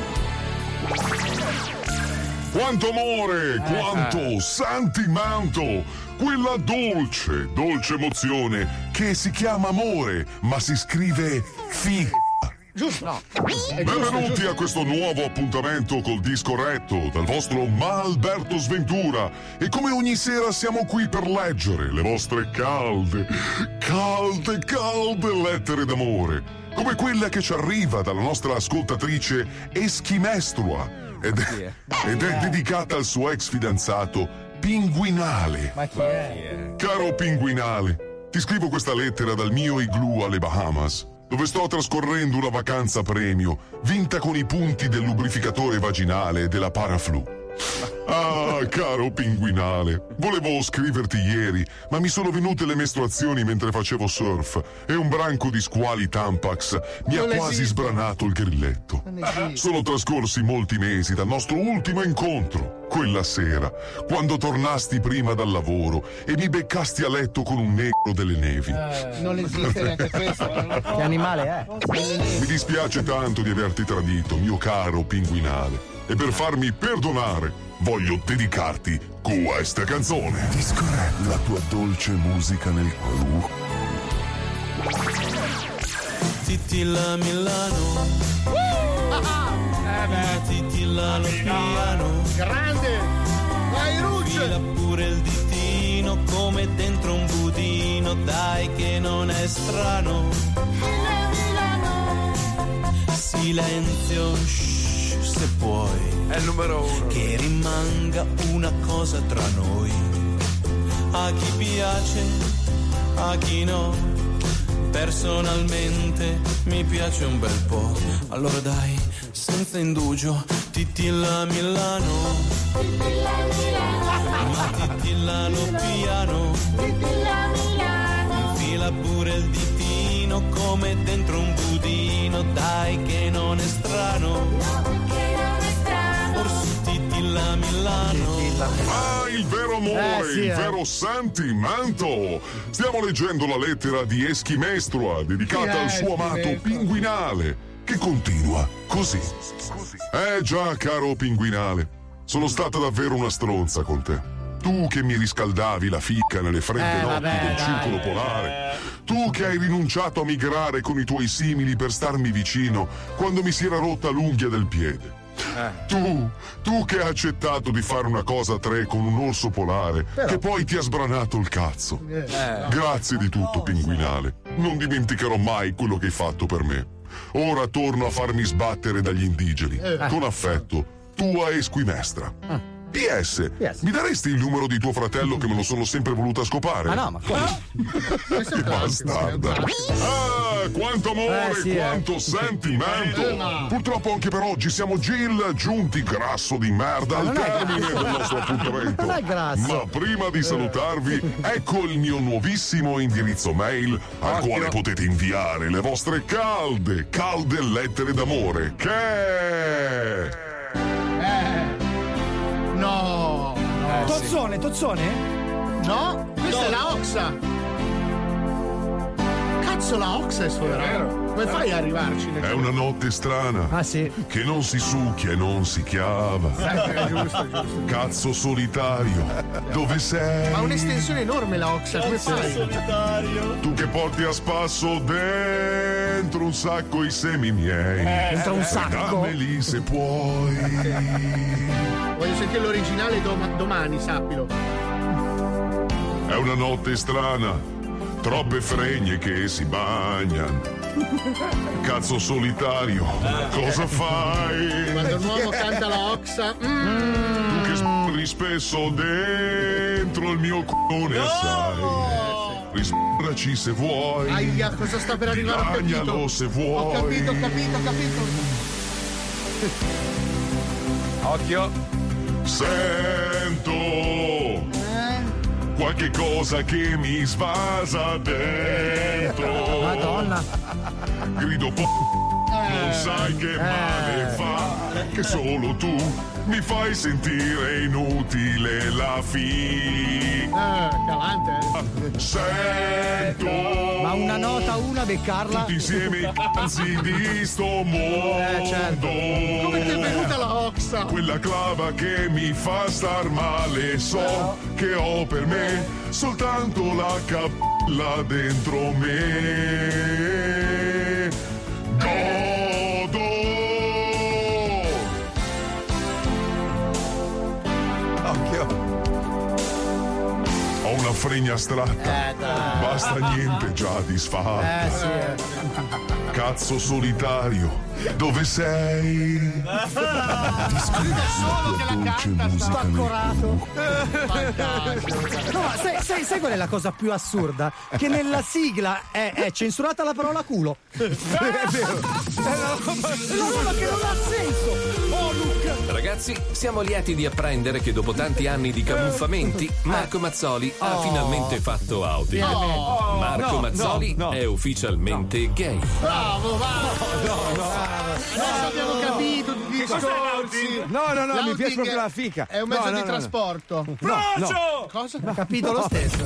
Quanto amore, quanto sentimento, quella dolce, dolce emozione che si chiama amore, ma si scrive figa. Giusto. No. Benvenuti a questo nuovo appuntamento col disco retto dal vostro Ma Alberto Sventura e come ogni sera siamo qui per leggere le vostre calde, calde, calde lettere d'amore, come quella che ci arriva dalla nostra ascoltatrice Eschimestrua ed è, ed è dedicata al suo ex fidanzato Pinguinale. Ma chi è? Caro Pinguinale, ti scrivo questa lettera dal mio igloo alle Bahamas, dove sto trascorrendo una vacanza premio, vinta con i punti del lubrificatore vaginale e della Paraflu. Ah, caro Pinguinale, volevo scriverti ieri, ma mi sono venute le mestruazioni mentre facevo surf e un branco di squali Tampax mi ha Non quasi esiste. sbranato il grilletto. Non esiste. Sono trascorsi molti mesi dal nostro ultimo incontro, quella sera, quando tornasti prima dal lavoro e mi beccasti a letto con un negro delle nevi. Non esiste neanche questo. Che animale è? Mi dispiace tanto di averti tradito, mio caro Pinguinale. E per farmi perdonare, voglio dedicarti questa canzone. Disco retto. La tua dolce musica nel cuore. Titilla Milano. Eh beh, titilla lo piano. Grande. Vai, Ruggio. Fila pure il ditino come dentro un budino. Dai che non è strano. Silenzio, shh, se puoi. È il numero uno. Che rimanga una cosa tra noi. A chi piace, a chi no. Personalmente mi piace un bel po'. Allora dai, senza indugio, titilla Milano. Ma titillalo piano. Infila pure il ditino come dentro un budino. Dai che non è strano. Forse titilla Milano. Ah, il vero amore, Eh, sì, il eh. vero sentimento. Stiamo leggendo la lettera di Eschimestrua dedicata Chi è al suo amato Eschimestrua? Pinguinale, che continua così. Eh già, caro Pinguinale, sono stata davvero una stronza con te. Tu che mi riscaldavi la ficca nelle fredde Eh, notti vabbè, del dai. circolo polare. Tu che hai rinunciato a migrare con i tuoi simili per starmi vicino quando mi si era rotta l'unghia del piede. Tu, tu che hai accettato di fare una cosa a tre con un orso polare che poi ti ha sbranato il cazzo. Grazie di tutto, pinguinale. Non dimenticherò mai quello che hai fatto per me. Ora torno a farmi sbattere dagli indigeni. Con affetto, tua Esquimestra. P S, mi daresti il numero di tuo fratello che me lo sono sempre voluta scopare? Ma no, ma come? Che bastarda. Ah, quanto amore, Eh, sì, eh. quanto sentimento. Eh, ma- Purtroppo anche per oggi siamo Gill giunti, grasso di merda, al non è termine grasso. del nostro appuntamento. Non è grasso. Ma prima di salutarvi, ecco il mio nuovissimo indirizzo mail al Occhio. quale potete inviare le vostre calde, calde lettere d'amore. Che... Eh. No. no. Tozzone, tozzone? No, questa è la Oxa. Cazzo, la Oxa è sfoderata. Come fai ad arrivarci? È una notte strana. Ah, sì. Che non si succhia e non si chiava. Eh, giusto, giusto. Cazzo solitario, dove sei? Ma ha un'estensione enorme la Oxa, come fai? Tu che porti a spasso dentro un sacco i semi miei. Dentro un sacco? Dammeli se puoi. Voglio sentire l'originale dom- domani, sappilo. È una notte strana, troppe fregne che si bagnano. Cazzo solitario, cosa fai? Quando un uomo canta la Oxa. Mm. Tu che sbarri spesso dentro il mio c***one assai. Risparraci se vuoi. Aia, cosa sta per arrivare? Ho capito. Bagnalo se vuoi. Ho capito, ho capito, ho capito. Occhio. Sento qualche cosa che mi svasa dentro. Madonna. Grido po', non sai che male fa, che solo tu mi fai sentire inutile la fi. Eh, calante, eh. Sento. Ma una nota, una beccarla. Tutti insieme i cazzi di sto mondo. Eh, certo. Come ti è venuta la Oxa? Quella clava che mi fa star male, so che ho per me soltanto la cappella dentro me. Godo. Occhio. Ho una fregna astratta, basta niente già disfatto. Eh, sì. eh. Cazzo solitario, dove sei? Solo che la canta, sta Accorato. fantastico. No, ma sai, sai, sai qual è la cosa più assurda? Che nella sigla è, è censurata la parola culo. È vero. È una roba che non ha senso. Oh, Luca. Ragazzi, siamo lieti di apprendere che dopo tanti anni di camuffamenti, Marco Mazzoli ha Oh. finalmente fatto outing. Oh. Marco No, Mazzoli no, no. è ufficialmente gay. Bravo, bravo. No, no. Adesso abbiamo capito tutti i discorsi. No, no, no, mi L'outing piace proprio la fica. È un mezzo No, no, di no, no. trasporto. No, no. Cosa? Ho capito lo stesso.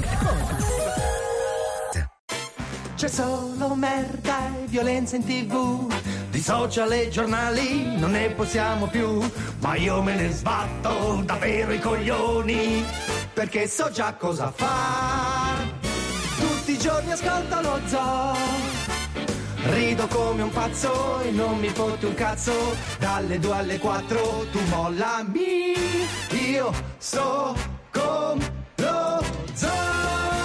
C'è solo merda e violenza in tv. Di social e giornali non ne possiamo più. Ma io me ne sbatto davvero i coglioni, perché so già cosa fa. Tutti i giorni ascolto lo zoo. Rido come un pazzo e non mi fotte un cazzo. Dalle due alle quattro tu mollami. Io so con lo zoo.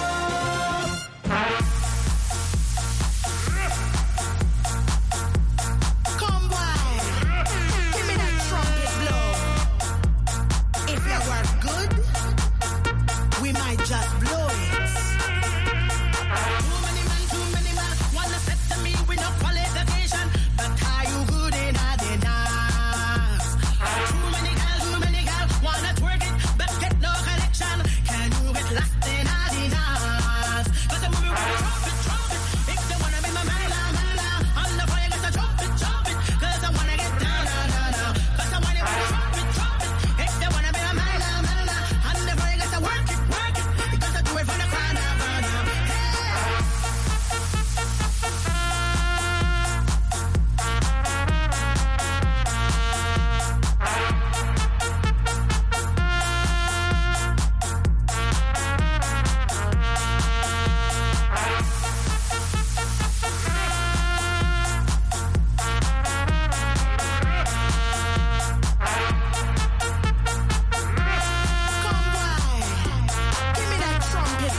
Come boy, give me that trumpet blow. If you were good, we might just blow it. Too many men, too many men wanna step to me with no qualification, but are you good in a dance? Too many gal, too many gal wanna twerk it, but get no connection.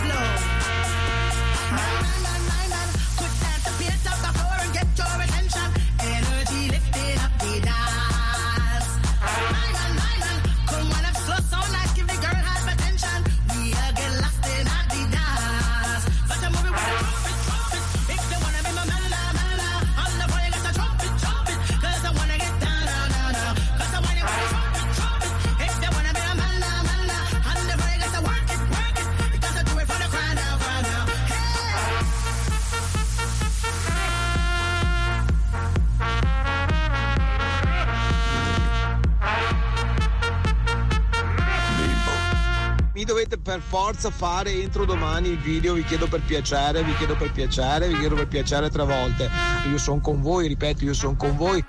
blow. Man, man, man, man, man, could stand to pace up the floor and get your attention. Energy lifting up the dance. Man, man, man, man, come on up slow, so nice, give the girl half attention. We are get lost in at the dance. But the movie with the trumpet, trumpet. If they wanna be my man, man, man, on the boy, get the trumpet, trumpet. Cause I wanna get down, down, down, down. Cause I wanna get the trumpet, trumpet. If they wanna be a man, man, man, on the boy, get to work it, work it. You gotta do it for the crowd now, crowd now. Mi dovete per forza fare entro domani il video, vi chiedo per piacere, vi chiedo per piacere, vi chiedo per piacere tre volte. Io sono con voi, ripeto, io sono con voi.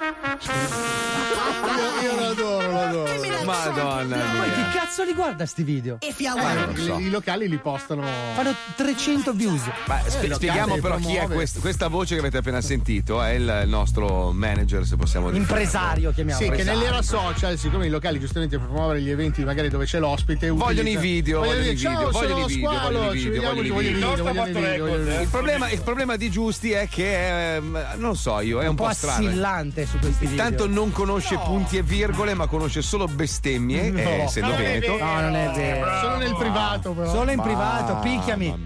Io, io lo adoro, lo adoro. Madonna mia. Ma chi cazzo li guarda sti video? Eh, so. I locali li postano. Fanno trecento views. Ma sp- Eh, spieghiamo però chi è quest- questa voce che avete appena sentito. È il nostro manager, se possiamo dire. Impresario, chiamiamolo. Sì, che nell'era social, siccome i locali giustamente per promuovere gli eventi magari dove c'è l'ospite vogliono i video, vogliono i video, ciao, vogliono i video, squalo, vogliono i ci video, vediamo, vogliono i video. vogliono i video, vogliono i video. Il problema, il problema di Giusti è che eh, non so io, è un, un po' po' strano. assillante su questi video. Intanto non conosce punti e virgole, ma conosce solo bestemmie, No. eh, essendo Non è veneto. vero. No, non è vero. Solo nel privato, però. Solo in Ma- privato, picchiami.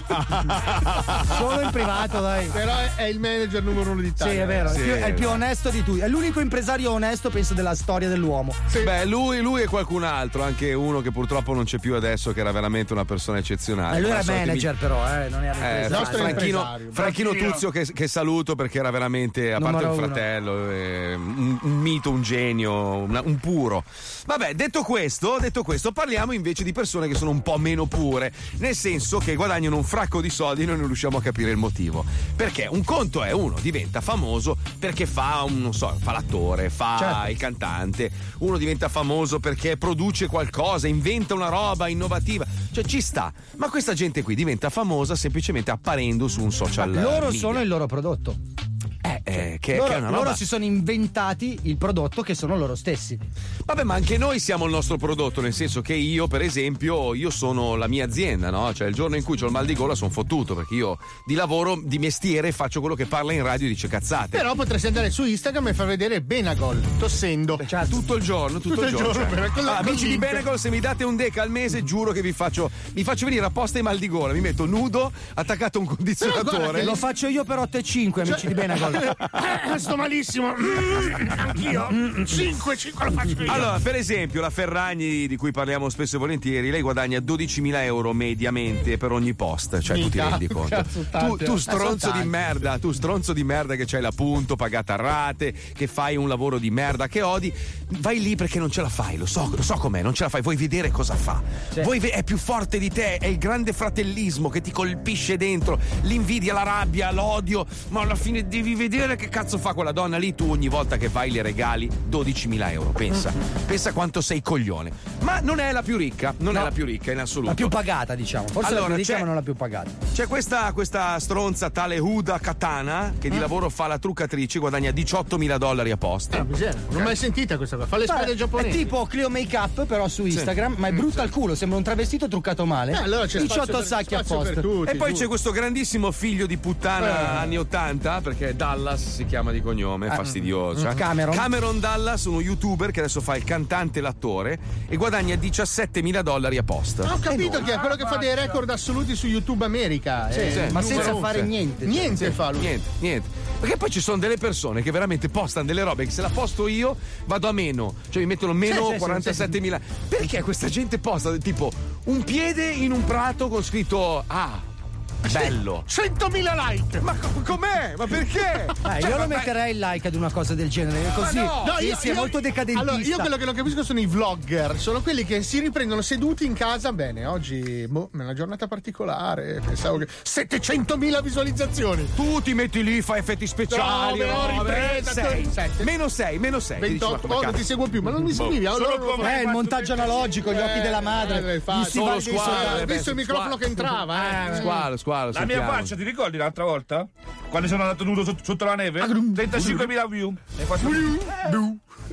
Solo in privato, dai. Però è, è il manager numero uno d'Italia. Sì, è vero, Sì, è, più, è il più onesto di tutti. È l'unico impresario onesto, penso, della storia dell'uomo. Beh, lui, lui e qualcun altro, anche uno che purtroppo non c'è più adesso, che era veramente una persona eccezionale. E lui era Con la solita manager, però, eh, non era Eh, impresario. Franchino, Franchino Tuzio che, che saluto perché era veramente, a parte Numero il uno. fratello, eh, un, un mito, un genio, una- un puro. Vabbè, detto questo, detto questo, parliamo invece di persone che sono un po' meno pure, nel senso che guadagnano un fracco di soldi e noi non riusciamo a capire il motivo. Perché un conto è uno diventa famoso perché fa un, non so, fa l'attore, fa Certo. il cantante, uno diventa famoso perché produce qualcosa, inventa una roba innovativa, cioè ci sta. Ma questa gente qui diventa famosa semplicemente apparendo su un social Loro media. sono il loro prodotto. Eh, eh, che, loro, che è una loro roba. si sono inventati il prodotto che sono loro stessi. Vabbè, ma anche noi siamo il nostro prodotto, nel senso che io, per esempio, io sono la mia azienda, no? Cioè il giorno in cui ho il mal di gola sono fottuto, perché io di lavoro, di mestiere, faccio quello che parla in radio e dice cazzate. Però potresti andare su Instagram e far vedere Benagol tossendo. Cioè, tutto il giorno, tutto, Tutto il il giorno. giorno, cioè. però, con la- Ah, con amici di l'Inter. Benegol, se mi date un deca al mese, giuro che vi faccio, vi faccio venire apposta i mal di gola. Mi metto nudo, attaccato a un condizionatore. Lo faccio io per otto e cinque, amici di Benagol. Eh, sto malissimo. Mm, anch'io. cinque, cinque lo faccio io. Allora, per esempio, la Ferragni, di cui parliamo spesso e volentieri, lei guadagna dodicimila euro mediamente per ogni post. Cioè, tu ti Mica, rendi conto? cazzo, Tu, tanti. tu Eh, stronzo sono di tanti. merda, tu stronzo di merda che c'hai l'appunto, pagata a rate, che fai un lavoro di merda che odi, vai lì perché non ce la fai, lo so, lo so com'è, non ce la fai, vuoi vedere cosa fa. Vuoi ve- è più forte di te, è il grande fratellismo che ti colpisce dentro, l'invidia, la rabbia, l'odio, ma alla fine devi vedere che cazzo fa quella donna lì, tu ogni volta che vai le regali dodicimila euro, pensa, pensa quanto sei coglione. Ma non è la più ricca, non No. è la più ricca in assoluto. La più pagata, diciamo. Forse Allora, la più ricca, c'è- ma non la più pagata. C'è questa, questa stronza tale Huda Katana che di Mm. lavoro fa la truccatrice, guadagna diciottomila dollari a posta. Ah, miseria, non ho mai sentita questa qua. Fa le spade Guarda, giapponesi. È tipo Clio Make Up, però su Instagram, ma è brutta al culo, sembra un travestito truccato male. Eh, allora c'è spazio diciotto per- sacchi a spazio posto. per tutti. E poi giusto. c'è questo grandissimo figlio di puttana Eh. anni ottanta, perché Dallas si chiama di cognome, Ah, fastidioso. eh. Cameron. Cameron Dallas, uno youtuber che adesso fa il cantante e l'attore e guadagna diciassettemila dollari a posta. Ah, ho capito che è quello che fa dei record assoluti su YouTube America. Sì, Eh, sì, il ma numero senza uno. fare niente. Niente Sì, fa lui. Niente, niente. Perché poi ci sono delle persone che veramente postano delle robe che se la posto io vado a meno, cioè mi mettono meno Sì, sì, quarantasettemila. Perché questa gente posta tipo un piede in un prato con scritto ah, bello. centomila like! Ma co- com'è? Ma perché? Eh, Cioè, io ma- non metterei il like ad una cosa del genere, così. no! No, sì, io, sì, è io- molto decadentista. Allora, io quello che non capisco sono i vlogger. Sono quelli che si riprendono seduti in casa. Bene, oggi boh, è una giornata particolare. Pensavo che settecentomila visualizzazioni. Tu ti metti lì, fai effetti speciali. No, però robe, ripresa, sei. sette. Meno sei, meno sei. ventotto, oh, non ti seguo più, ma non mi seguivi. Allora non lo Eh, fai. il montaggio analogico, gli occhi della madre. Eh, fa- gli solo stivali dei squalo, soldati. hai visto il microfono che entrava? Eh, Squalo, squalo. La mia sentiamo. faccia, ti ricordi l'altra volta? Quando sono andato nudo sotto, sotto la neve? trentacinquemila view. Hai fatto-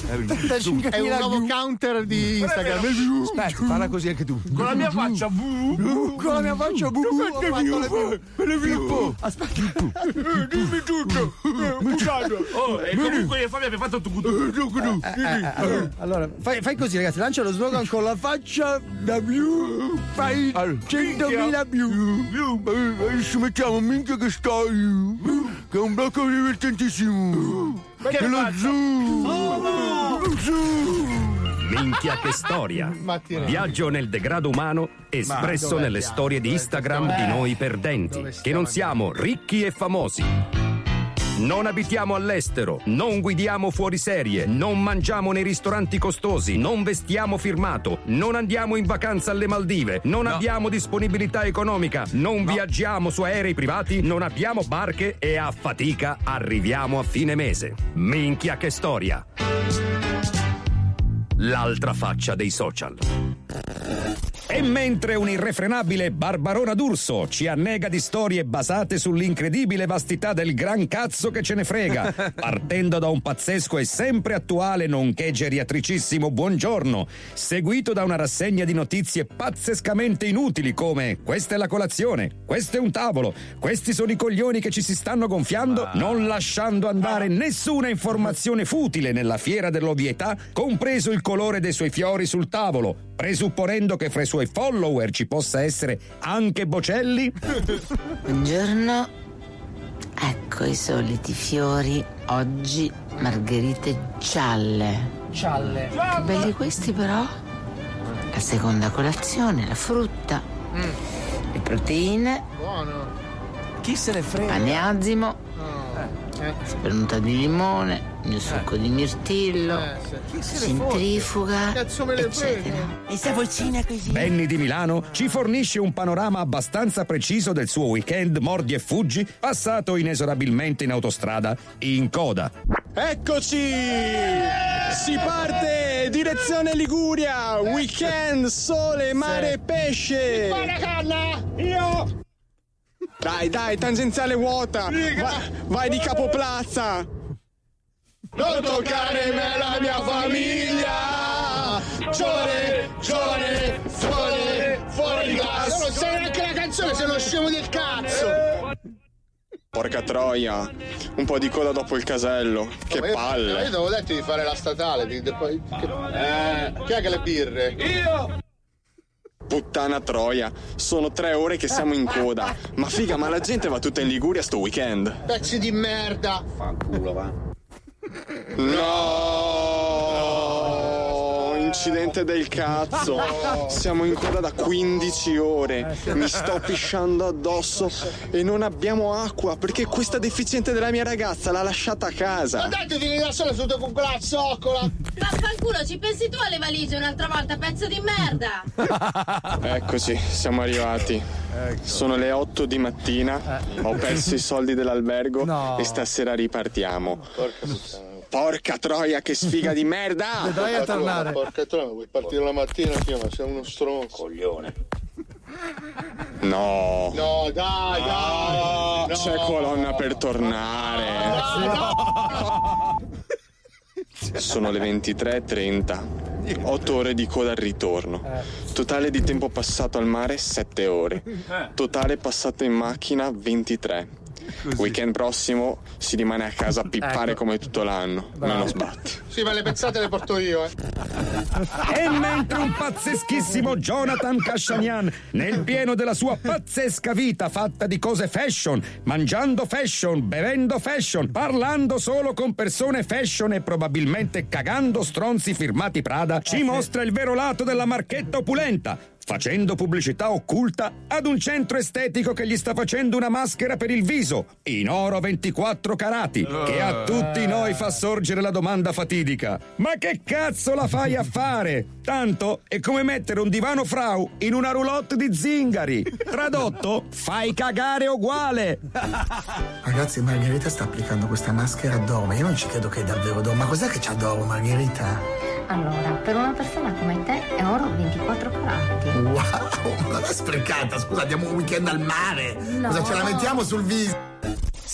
È un nuovo counter di Instagram. Aspetta, parla così anche tu. Con la mia faccia, bu, con la mia faccia, bu, bu, ho fatto le Pippo. Aspetta, dimmi tutto. Oh, e comunque Fabio abbia fatto tutto. Allora, allora fai, fai così, ragazzi, lancia lo slogan con la faccia da più. Fai centomila più. Adesso mettiamo minchia che stai. Che è un blocco divertentissimo. Che lo zoo. Lo zoo. Minchia che storia. Viaggio nel degrado umano espresso Ma nelle dov'è? storie di Instagram di noi perdenti, che non siamo ricchi e famosi. Non abitiamo all'estero, non guidiamo fuori serie, non mangiamo nei ristoranti costosi, non vestiamo firmato, non andiamo in vacanza alle Maldive, non No. abbiamo disponibilità economica, non viaggiamo su aerei privati, non abbiamo barche e a fatica arriviamo a fine mese. Minchia che storia. L'altra faccia dei social. E mentre un irrefrenabile Barbarona d'Urso ci annega di storie basate sull'incredibile vastità del gran cazzo che ce ne frega, partendo da un pazzesco e sempre attuale nonché geriatricissimo buongiorno, seguito da una rassegna di notizie pazzescamente inutili come questa è la colazione, questo è un tavolo, questi sono i coglioni che ci si stanno gonfiando, non lasciando andare nessuna informazione futile nella fiera dell'ovvietà, compreso il colore dei suoi fiori sul tavolo, presupponendo che fra i suoi follower ci possa essere anche Bocelli? Buongiorno, ecco i soliti fiori, oggi margherite gialle. Gialle. Che belli questi però. La seconda colazione, la frutta, le proteine, Buono. Chi se ne frega? pane azimo, spremuta di limone, il mio succo di mirtillo, centrifuga, Cazzo me le eccetera. frega. E se avvicina così? Benny di Milano ci fornisce un panorama abbastanza preciso del suo weekend mordi e fuggi passato inesorabilmente in autostrada in coda. Eccoci! Si parte! Direzione Liguria! Weekend, sole, mare e pesce! Fare canna! Io! Dai, dai, tangenziale vuota! Va- vai di capoplazza! Non toccare me e la mia famiglia! Giovane, giovane, fuori, fuori di casa! Non sai neanche la canzone, sei uno scemo del cazzo! Porca troia! Un po' di coda dopo il casello! Che Ma io- palle! ma Io avevo detto di fare la statale. Di, di- poi- che, eh, chi è che le birre? Io! Puttana troia! Sono tre ore che siamo in coda! Ma figa, ma la gente va tutta in Liguria sto weekend! Pezzi di merda! Fanculo, va! No! Incidente del cazzo! Siamo in coda da quindici ore. Mi sto pisciando addosso e non abbiamo acqua perché questa deficiente della mia ragazza l'ha lasciata a casa. Andate, vieni da sola sotto con quella zoccola! Vaffanculo, ci pensi tu alle valigie un'altra volta, pezzo di merda! Eccoci, siamo arrivati. Sono le otto di mattina. Ho perso i soldi dell'albergo No. e stasera ripartiamo. Porca puttana. Porca troia, che sfiga di merda! Vedrai a tornare. Porca troia, vuoi partire la mattina? Figa, ma sei uno stronzo. Coglione. No. No, dai, dai. No. C'è colonna per tornare. Sono le ventitré e trenta. otto ore di coda al ritorno. Totale di tempo passato al mare sette ore. Totale passato in macchina ventitré. Weekend prossimo si rimane a casa a pippare Ecco. come tutto l'anno. Non lo sbatti. Sì, ma le pezzate le porto io, eh. E mentre un pazzeschissimo Jonathan Kashanian, nel pieno della sua pazzesca vita fatta di cose fashion, mangiando fashion, bevendo fashion, parlando solo con persone fashion e probabilmente cagando stronzi firmati Prada, ci mostra il vero lato della marchetta opulenta, facendo pubblicità occulta ad un centro estetico che gli sta facendo una maschera per il viso in oro ventiquattro carati, che a tutti noi fa sorgere la domanda fatidica: ma che cazzo la fai a fare? Tanto è come mettere un divano frau in una roulotte di zingari. Tradotto, fai cagare uguale. Ragazzi, Margherita sta applicando questa maschera dove? Io non ci credo che è davvero dove. Ma cos'è che c'ha dopo, Margherita? Allora, per una persona come te è oro ventiquattro carati. Wow, ma non è sprecata, scusa, andiamo un weekend al mare. No. Cosa ce la mettiamo sul viso?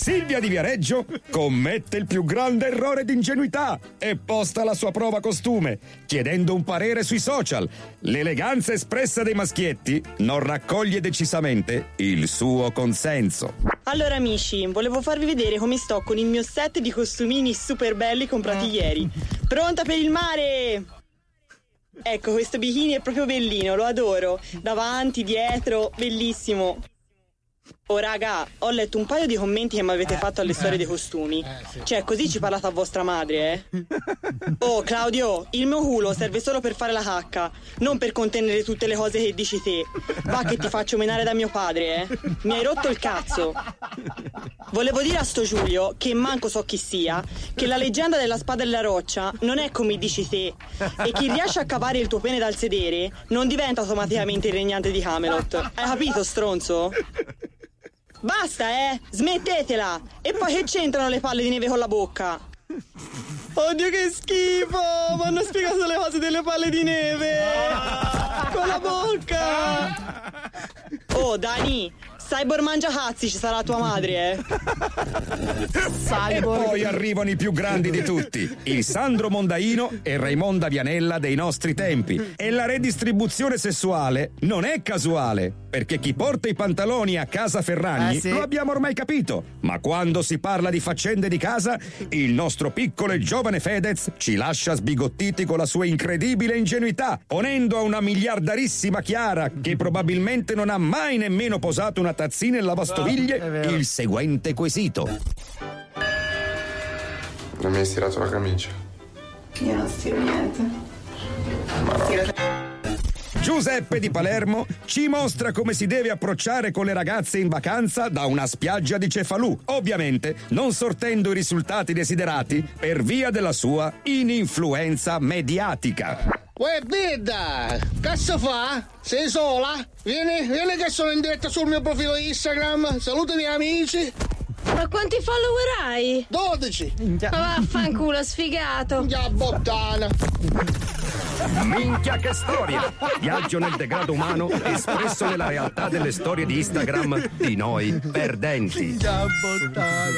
Silvia di Viareggio commette il più grande errore di ingenuità e posta la sua prova costume, chiedendo un parere sui social. L'eleganza espressa dei maschietti non raccoglie decisamente il suo consenso. Allora amici, volevo farvi vedere come sto con il mio set di costumini super belli comprati ieri. Pronta per il mare! Ecco, questo bikini è proprio bellino, lo adoro. Davanti, dietro, bellissimo. Oh raga, ho letto un paio di commenti che mi avete fatto alle storie dei costumi. Cioè, così ci parlate a vostra madre, eh? Oh Claudio, il mio culo serve solo per fare la cacca, non per contenere tutte le cose che dici te. Va che ti faccio menare da mio padre, eh? Mi hai rotto il cazzo. Volevo dire a sto Giulio, che manco so chi sia, che la leggenda della spada e la roccia non è come dici te, e chi riesce a cavare il tuo pene dal sedere non diventa automaticamente il regnante di Camelot. Hai capito, stronzo? Basta, eh! Smettetela! E poi che c'entrano le palle di neve con la bocca? Oddio che schifo! Mi hanno spiegato le cose delle palle di neve! Con la bocca! Oh, Dani! Cyborg mangia cazzi, ci sarà tua madre, eh! E poi arrivano i più grandi di tutti, il Sandro Mondaino e Raimonda Vianella dei nostri tempi. E la redistribuzione sessuale non è casuale, perché chi porta i pantaloni a casa Ferragni Eh, sì. lo abbiamo ormai capito. Ma quando si parla di faccende di casa, il nostro piccolo e giovane Fedez ci lascia sbigottiti con la sua incredibile ingenuità, ponendo a una miliardarissima Chiara, che probabilmente non ha mai nemmeno posato una tazzina in lavastoviglie, il seguente quesito. Non mi hai stirato la camicia. Io non stiro niente. Giuseppe di Palermo ci mostra come si deve approcciare con le ragazze in vacanza da una spiaggia di Cefalù, ovviamente non sortendo i risultati desiderati per via della sua ininfluenza mediatica. Uè, Bidda, cazzo fa? Sei sola? Vieni, vieni che sono in diretta sul mio profilo Instagram. Saluta i miei amici. Ma quanti follower hai? dodici. Ma vaffanculo, sfigato. Minchia bottana. Minchia che storia! Viaggio nel degrado umano espresso nella realtà delle storie di Instagram di noi perdenti. Minchia bottana.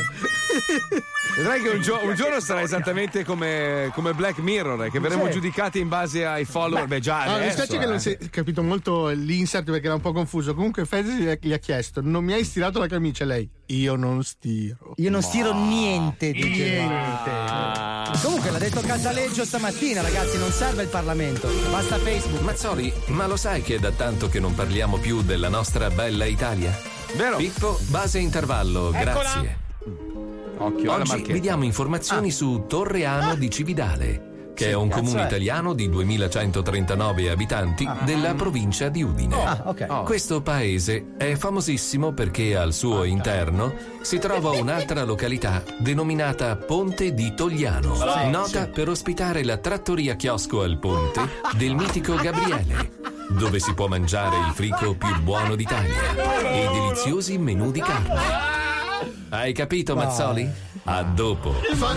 Vedrai che un, gio- un giorno sarà esattamente come, come Black Mirror, che verremo Sì. giudicati in base ai follower. Beh, già Ah, mi adesso, spiace che eh. non si è capito molto l'insert perché era un po' confuso. Comunque Fedez gli ha, gli ha chiesto: non mi hai stirato la camicia? Lei: io non stiro. Io non stiro niente, dice. Niente. Comunque l'ha detto Casaleggio stamattina, ragazzi, non serve il Parlamento, basta Facebook. Mazzoli, ma lo sai che è da tanto che non parliamo più della nostra bella Italia? Vero? Pippo, base intervallo, Eccola. grazie. Occhio alla Oggi marchetta. vi diamo informazioni su Torreano di Cividale, che Sì, è un cazzo comune è? italiano di duemilacentotrentanove abitanti della provincia di Udine. Ah, ok. Oh. Questo paese è famosissimo perché al suo interno si trova un'altra località denominata Ponte di Togliano, Sì, nota sì. per ospitare la trattoria chiosco al ponte del mitico Gabriele, dove si può mangiare il frico più buono d'Italia e i deliziosi menù di carne. Hai capito, Mazzoli? A dopo.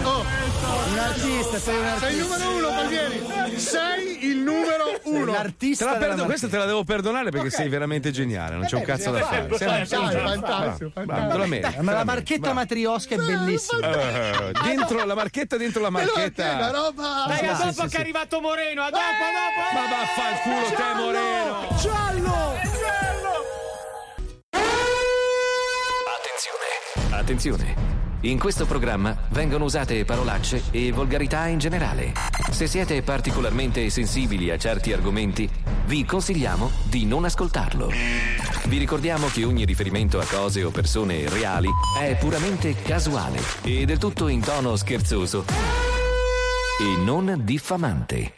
Un artista, sei un artista. Sei il numero uno, Palmieri. Sei il numero uno. Te la perdo- questa te la devo perdonare perché sei veramente geniale, non c'è un cazzo da fare. Sei un- sei un genio. Fantastico, Bravo, bravo, te la meriti, te Ma la la meriti, marchetta bravo. matriosca è bellissima. Eh, dentro la marchetta dentro la marchetta. roba. Dai, a Sì, dopo sì, che sì. è arrivato Moreno, a dopo, a dopo. Ma vaffanculo te, Moreno. Giallo! Attenzione, attenzione. In questo programma vengono usate parolacce e volgarità in generale. Se siete particolarmente sensibili a certi argomenti, vi consigliamo di non ascoltarlo. Vi ricordiamo che ogni riferimento a cose o persone reali è puramente casuale e del tutto in tono scherzoso e non diffamante.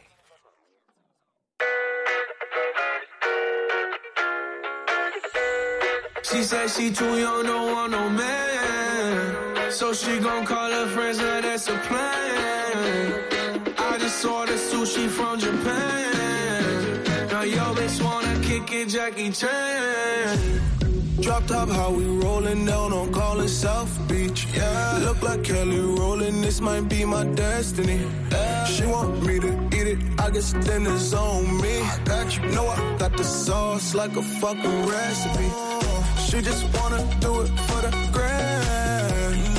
She said she too young, don't want no man. So she gon' call her friends, now that's a plan. I just ordered sushi from Japan. Now yo bitch wanna kick it, Jackie Chan. Drop top, how we rollin' down on Collin South Beach. Yeah, look like Kelly rollin', this might be my destiny. She want me to eat it, I guess then it's on me. I got you, know I got the sauce like a fucking recipe. She just wanna do it for the grand.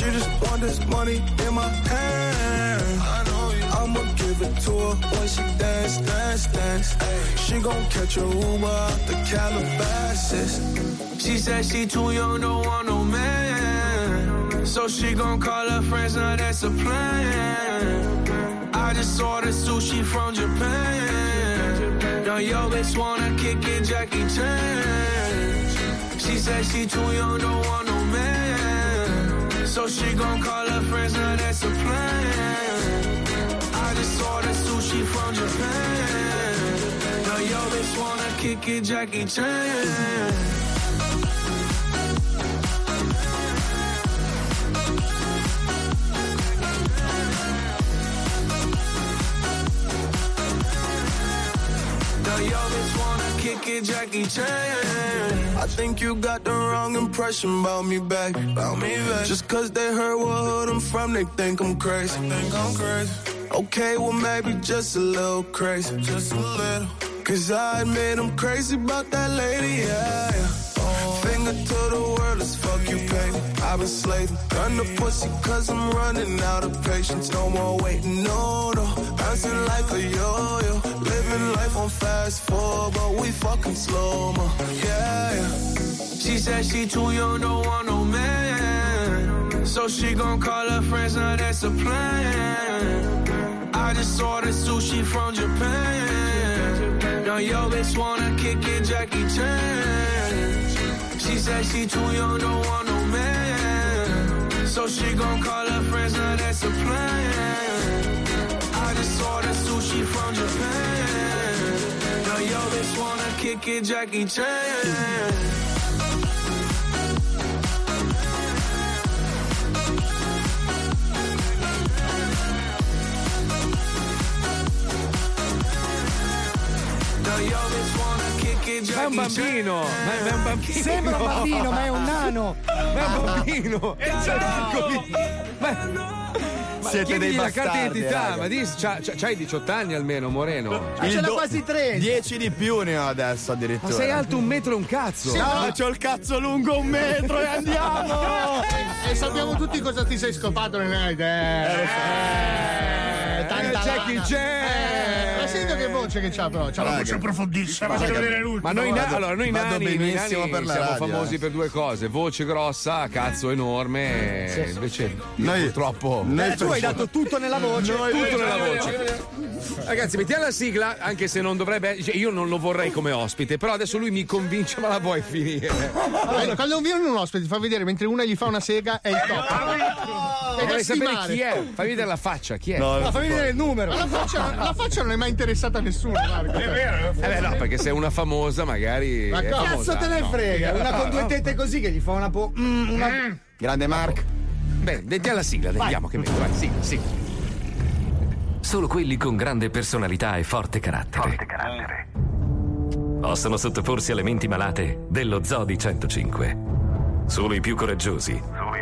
She just want this money in my hand. I know you. I'ma give it to her when she dance, dance, dance. She gon' catch a Uber out the Calabasas. She said she too young, don't want no man. So she gon' call her friends, now that's a plan. I just ordered sushi from Japan. Now yo bitch wanna kick it, Jackie Chan. She said she too young, don't want no man. So she gon' call her friends, now that's a plan. I just ordered sushi from Japan. Now yo bitch wanna kick it, Jackie Chan. Yo, bitch wanna kick it, Jackie Chan. I think you got the wrong impression about me back. About me back. Just cause they heard what hood I'm from, they think I'm crazy. They think I'm crazy. Okay, well maybe just a little crazy. Just a little. Cause I admit I'm crazy about that lady, yeah, yeah. Finger to the world, let's fuck you, baby. I've been slaving, gun the pussy cause I'm running out of patience. No more waiting, no, no. Bouncing like a yo-yo. Living life on fast forward, but we fucking slow-mo, yeah, yeah. She said she too young, don't want no man. So she gon' call her friends, now that's a plan. I just ordered sushi from Japan. Now yo bitch wanna kick it, Jackie Chan. She said she too young, don't want no man. So she gon' call her friends, now that's a plan. I just ordered sushi from Japan. Now yo bitch wanna kick it, Jackie Chan. Ma è un bambino, ma è un bambino. Sembra un bambino, ma è un nano. Ma è un bambino. Esatto. Ma, ma siete dei la carta bastardi, d'identità, raga. ma dis, c'ha, c'ha- c'hai diciotto anni almeno, Moreno. Ma ce l'ha quasi trenta. dieci di più ne ho adesso Ma addirittura. sei alto un metro e un cazzo. Sì, no, c'ho il cazzo lungo un metro e andiamo! E sappiamo tutti cosa ti sei scopato nelle idee. Eh, tanta Jackie lana. Chan. Ma sento che voce che c'ha però, c'ha una voce profondissima. Faccio vedere l'ultimo. Ma noi, na- Vado- allora, noi vado nani, noi benissimo nani per la siamo radio, famosi eh. per due cose: voce grossa, cazzo enorme. Sì, sì. Invece, io Noi- purtroppo. noi Eh, tu hai dato tutto nella voce. tutto nella voce. Ragazzi, mettiamo la sigla, anche se non dovrebbe. Cioè, io non lo vorrei come ospite, però adesso lui mi convince, ma la vuoi finire? Eh, Quando viene un ospite ti fa vedere mentre una gli fa una sega è il top. È da Vorrei sapere stimare. chi è. Fai vedere la faccia, chi è? No, No, fammi vedere il numero. Ma la faccia, la faccia non è mai interessata a nessuno, Marco. È vero? Eh beh, no, perché se è una famosa, magari. Ma è cazzo famosa. Cazzo te ne No. frega. Una con due tette così che gli fa una po'. mm, una... Grande Mark. Beh, mettiamo la sigla, andiamo che metti. Vai, sigla, sigla. Solo quelli con grande personalità e forte carattere, possono sottoporsi alle menti malate dello Zoo di centocinque. Solo i più coraggiosi,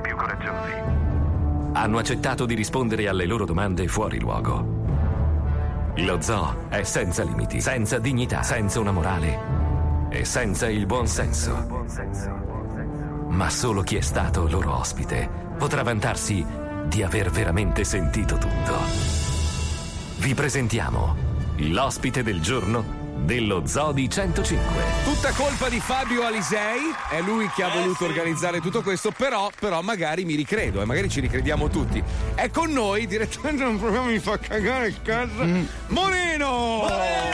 hanno accettato di rispondere alle loro domande fuori luogo. Lo Zoo è senza limiti, senza dignità, senza una morale e senza il buon senso. Ma solo chi è stato loro ospite potrà vantarsi di aver veramente sentito tutto. Vi presentiamo l'ospite del giorno dello Zoo di centocinque. Tutta colpa di Fabio Alisei, è lui che ha voluto organizzare tutto questo, però, però magari mi ricredo e magari ci ricrediamo tutti. È con noi direttamente un programma mi fa cagare il cazzo. Moreno!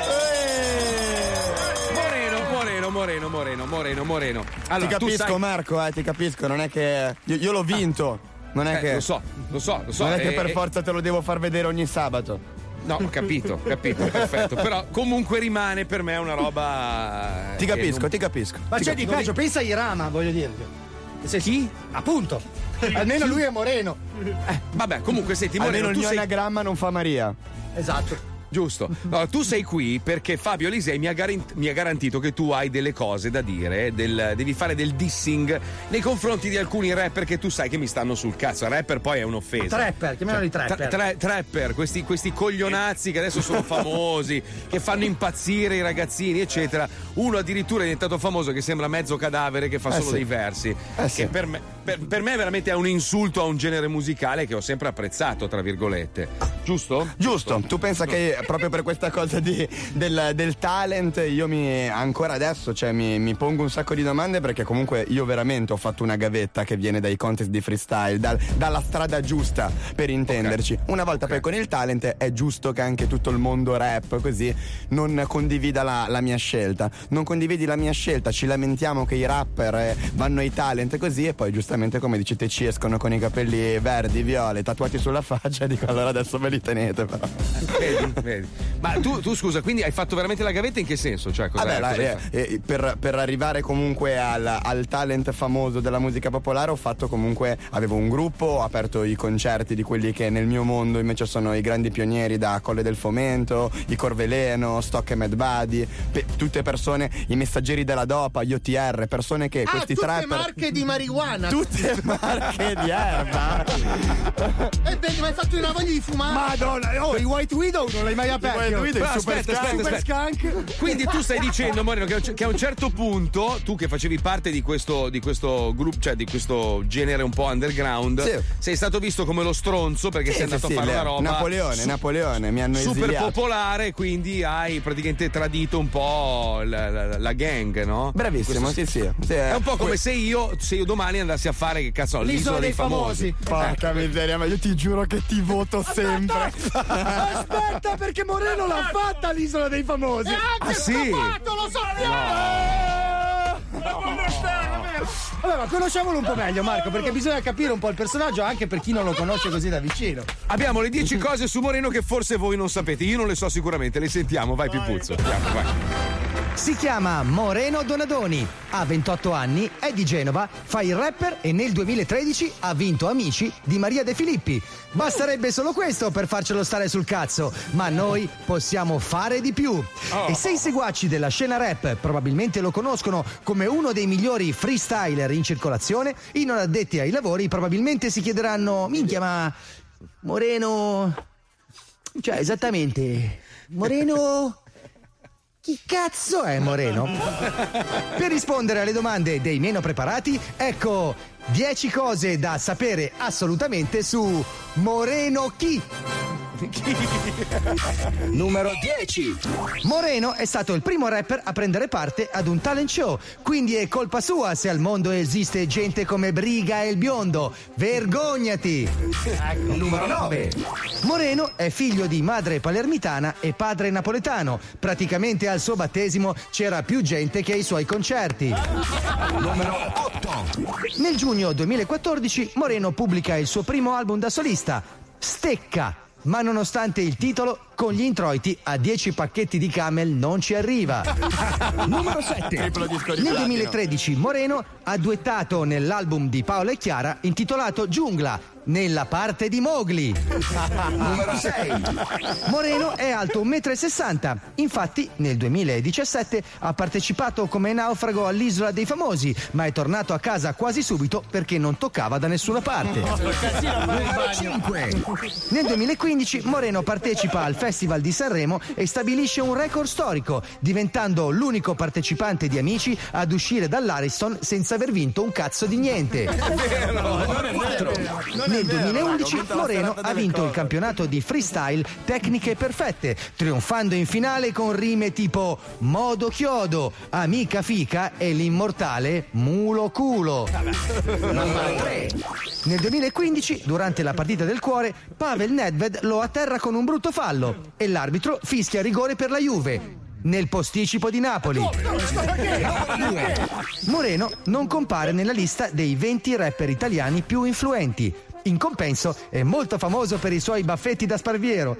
Moreno, Moreno, Moreno, Moreno, Moreno, Moreno. Allora, ti tu capisco, sai- Marco, eh, ti capisco. Non è che. Io, io l'ho vinto. Non è Eh, che. lo so, lo so, lo so. Non è che eh, per eh, forza te lo devo far vedere ogni sabato. No, ho capito, ho capito, perfetto. Però comunque rimane per me una roba. Ti che capisco, non- ti capisco. Ma Ti c'è di capisco. peggio, pensa a Irama, voglio dirti. Se chi? Appunto. Almeno lui è moreno. Eh, vabbè, comunque senti, Moreno, Almeno il tu mio sei. anagramma non fa Maria. Esatto. Giusto. No, tu sei qui perché Fabio Alisei mi ha, garant- mi ha garantito che tu hai delle cose da dire, del, devi fare del dissing nei confronti di alcuni rapper che tu sai che mi stanno sul cazzo. Rapper poi è un'offesa. Trapper, chiamiamoli Cioè, trapper. tra- tra- trapper, questi, questi coglionazzi che adesso sono famosi, che fanno impazzire i ragazzini, eccetera. Uno addirittura è diventato famoso che sembra mezzo cadavere, che fa Eh solo sì. dei versi. Eh sì. Che per me, per, per me veramente è un insulto a un genere musicale che ho sempre apprezzato, tra virgolette. Giusto? Giusto, tu pensa che proprio per questa cosa di, del, del talent io mi ancora adesso cioè, mi, mi pongo un sacco di domande, perché comunque io veramente ho fatto una gavetta che viene dai contest di freestyle, dal, dalla strada giusta per intenderci. Okay. Una volta okay. poi con il talent è giusto che anche tutto il mondo rap così non condivida la, la mia scelta. Non condividi la mia scelta, ci lamentiamo che i rapper eh, vanno ai talent così e poi giustamente come dici te ci escono con i capelli verdi, viola, tatuati sulla faccia e dico allora adesso ve li tenete però. Vedi, vedi. Ma tu, tu scusa, quindi hai fatto veramente la gavetta in che senso? Cioè, cosa, Vabbè, la, cosa eh, eh, per, per arrivare comunque al, al talent famoso della musica popolare ho fatto comunque, avevo un gruppo, ho aperto i concerti di quelli che nel mio mondo invece sono i grandi pionieri, da Colle del Fomento, i Corveleno, Stock e Mad Buddy, pe- tutte persone, i messaggeri della dopa, gli O T R, persone che ah, questi tutte trapper marche di marijuana. Tutte marche di erba. E beh, mi hai fatto una voglia di fumare. Madonna, oh, i White Widow non l'hai mai aperto. White Widow, Però super aspetta, skunk, aspetta, super aspetta. skunk. Quindi tu stai dicendo, Moreno, che, che a un certo punto, tu che facevi parte di questo, di questo gruppo, cioè di questo genere un po' underground, sì. sei stato visto come lo stronzo perché sì, sei andato sì, a fare sì, una roba Napoleone, su- Napoleone, mi hanno super esiliato. popolare, quindi hai praticamente tradito un po' la, la, la gang, no? Bravissimo, Questo- sì, sì, sì. È un po' come se io, se io domani andassi a fare, che cazzo, l'isola, L'isola dei, dei famosi. famosi. Porca miseria, ma io ti giuro che ti voto sempre. Aspetta, perché Moreno l'ha fatta l'isola dei famosi. E anche Ah, sì? scopato, lo sappiamo. Vabbè, ma conosciamolo un po' meglio, Marco, perché bisogna capire un po' il personaggio anche per chi non lo conosce così da vicino. Abbiamo le dieci cose su Moreno che forse voi non sapete. Io non le so sicuramente, le sentiamo. Vai, Pipuzzo. Andiamo, vai. Si chiama Moreno Donadoni, ha ventotto anni, è di Genova, fa il rapper e nel duemilatredici ha vinto Amici di Maria De Filippi. Basterebbe solo questo per farcelo stare sul cazzo, ma noi possiamo fare di più. Oh. E se i seguaci della scena rap probabilmente lo conoscono come uno dei migliori freestyler in circolazione, i non addetti ai lavori probabilmente si chiederanno: minchia, ma Moreno... Cioè, esattamente... Moreno... Chi cazzo è Moreno? Per rispondere alle domande dei meno preparati, ecco dieci cose da sapere assolutamente su Moreno chi. Numero dieci. Moreno è stato il primo rapper a prendere parte ad un talent show, quindi è colpa sua se al mondo esiste gente come Briga e il Biondo. Vergognati. Numero nove. Moreno è figlio di madre palermitana e padre napoletano. Praticamente al suo battesimo c'era più gente che ai suoi concerti. Numero otto. Nel giugno duemilaquattordici Moreno pubblica il suo primo album da solista, Stecca, ma nonostante il titolo, con gli introiti a dieci pacchetti di Camel non ci arriva. Numero sette. Nel duemilatredici Moreno ha duettato nell'album di Paola e Chiara intitolato Giungla, nella parte di Mowgli. Numero sei. Moreno è alto un metro e sessanta. Infatti nel duemiladiciassette ha partecipato come naufrago all'Isola dei Famosi, ma è tornato a casa quasi subito perché non toccava da nessuna parte. Numero cinque. Nel duemilaquindici Moreno partecipa al Festival di Sanremo e stabilisce un record storico, diventando l'unico partecipante di Amici ad uscire dall'Ariston senza aver vinto un cazzo di niente. Nel duemilaundici Moreno ha vinto il campionato di freestyle Tecniche Perfette, trionfando in finale con rime tipo Modo Chiodo, Amica Fica e l'immortale Mulo Culo. Numero tre. Nel duemilaquindici, durante la partita del cuore, Pavel Nedved lo atterra con un brutto fallo e l'arbitro fischia rigore per la Juve. Nel posticipo di Napoli. Moreno non compare nella lista dei venti rapper italiani più influenti. In compenso è molto famoso per i suoi baffetti da Sparviero.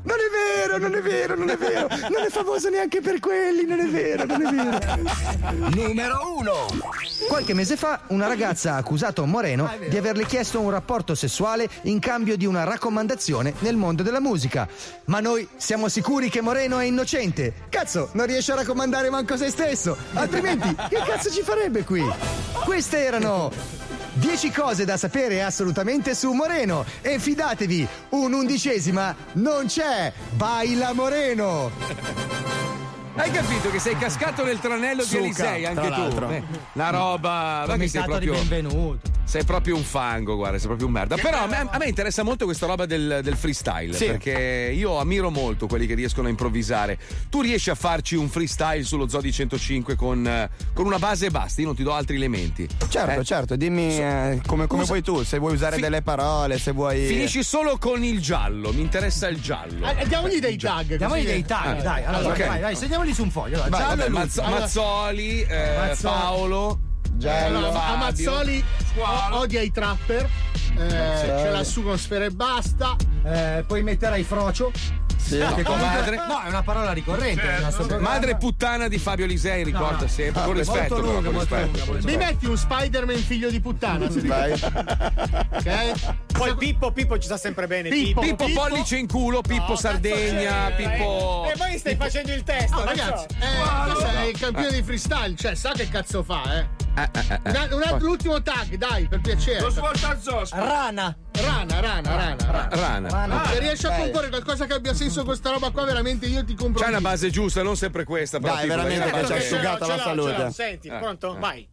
Non è vero, non è vero, non è vero. Non è famoso neanche per quelli, non è vero, non è vero. Numero uno. Qualche mese fa una ragazza ha accusato Moreno di averle chiesto un rapporto sessuale in cambio di una raccomandazione nel mondo della musica. Ma noi siamo sicuri che Moreno è innocente. Cazzo, non riesce a raccomandare manco se stesso. Altrimenti, che cazzo ci farebbe qui? Queste erano dieci cose da sapere assolutamente su Moreno. E fidatevi, un'undicesima non c'è. Baila Moreno. Hai capito che sei cascato nel tranello Suca, di Elisei anche tra tu? l'altro. Eh, una roba. Ma che sei Comitato proprio. di benvenuto. Sei proprio un fango, guarda, sei proprio un merda. Però a me, a me interessa molto questa roba del, del freestyle. Sì. Perché io ammiro molto quelli che riescono a improvvisare. Tu riesci a farci un freestyle sullo Zoo di centocinque con, eh, con una base e basta, io non ti do altri elementi. Certo, Eh? certo, dimmi eh, come, come Usa- vuoi tu, se vuoi usare Fi- delle parole, se vuoi. Finisci solo con il giallo, mi interessa il giallo. Eh, Diamogli dei tag. Diamogli così. dei tag, Ah, dai. Allora, ok. vai, vai, segniamoli su un foglio. Allora, Vai, giallo vabbè, e Mazzo- Luzzo. Mazzoli, eh, Mazzoli. Paolo. Allora, Fabio. a Mazzoli o- odia i trapper, eh, ce l'ha su con Sfera e Basta. Eh, poi metterai Frocio. Sì. Che comunque- Madre- No, è una parola ricorrente nel nostro programma. Madre puttana di Fabio Lisei, ricorda No, no. sempre, con Molto rispetto, però, lunga, con molto rispetto. lunga, molto Mi metti un Spider-Man figlio di puttana, se ti Vai. ok? Poi Pippo, Pippo ci sta sempre bene. Pippo. Pippo, Pippo. pollice in culo, Pippo No, Sardegna, cazzo c'è? Pippo. E poi stai facendo il testo, Oh, non ragazzi, so. eh, questo è il campione di freestyle, cioè sa che cazzo fa, eh. Eh, eh, eh, eh. Un, un altro, l'ultimo tag, dai, per piacere. Lo svolta Zosco. Rana. Rana, rana, rana, rana. Rana. Rana. Se riesci a comporre qualcosa che abbia senso con sta roba qua, veramente io ti compro. C'è un una disco. base giusta, non sempre questa. però, Dai, tipo, veramente, una che base- c'è asciugata Ce la l'ho, ce salute. l'ho. Senti, Eh, pronto? eh. Vai.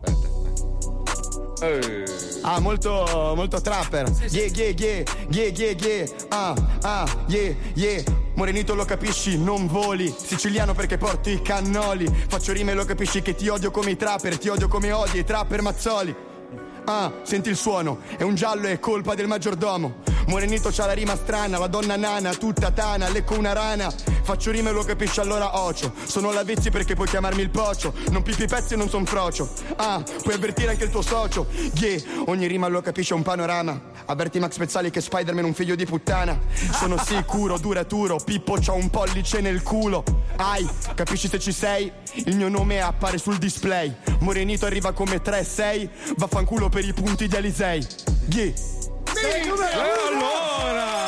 Eh. Ah, molto, molto trapper. Yeah, yeah, yeah, yeah, yeah, yeah. Ah, ah, yeah, yeah. Morenito, lo capisci, non voli. Siciliano perché porti i cannoli. Faccio rime, lo capisci che ti odio come i trapper. Ti odio come odi i trapper Mazzoli. Ah, senti il suono, è un giallo, è colpa del maggiordomo. Morenito c'ha la rima strana, la donna nana, tutta tana, lecco una rana. Faccio rime, lo capisci, allora ocio. Sono la Vezzi perché puoi chiamarmi il pocio. Non pipi pezzi e non son frocio. Ah, puoi avvertire anche il tuo socio. Yeah, ogni rima lo capisce è un panorama. Avverti Max Pezzali che Spider-Man è un figlio di puttana. Sono sicuro, duraturo, Pippo c'ha un pollice nel culo. Ai, capisci se ci sei? Il mio nome appare sul display. Morenito arriva come tre sei. Vaffanculo per i punti di Alisei. Yeah. Sì, come- Allora!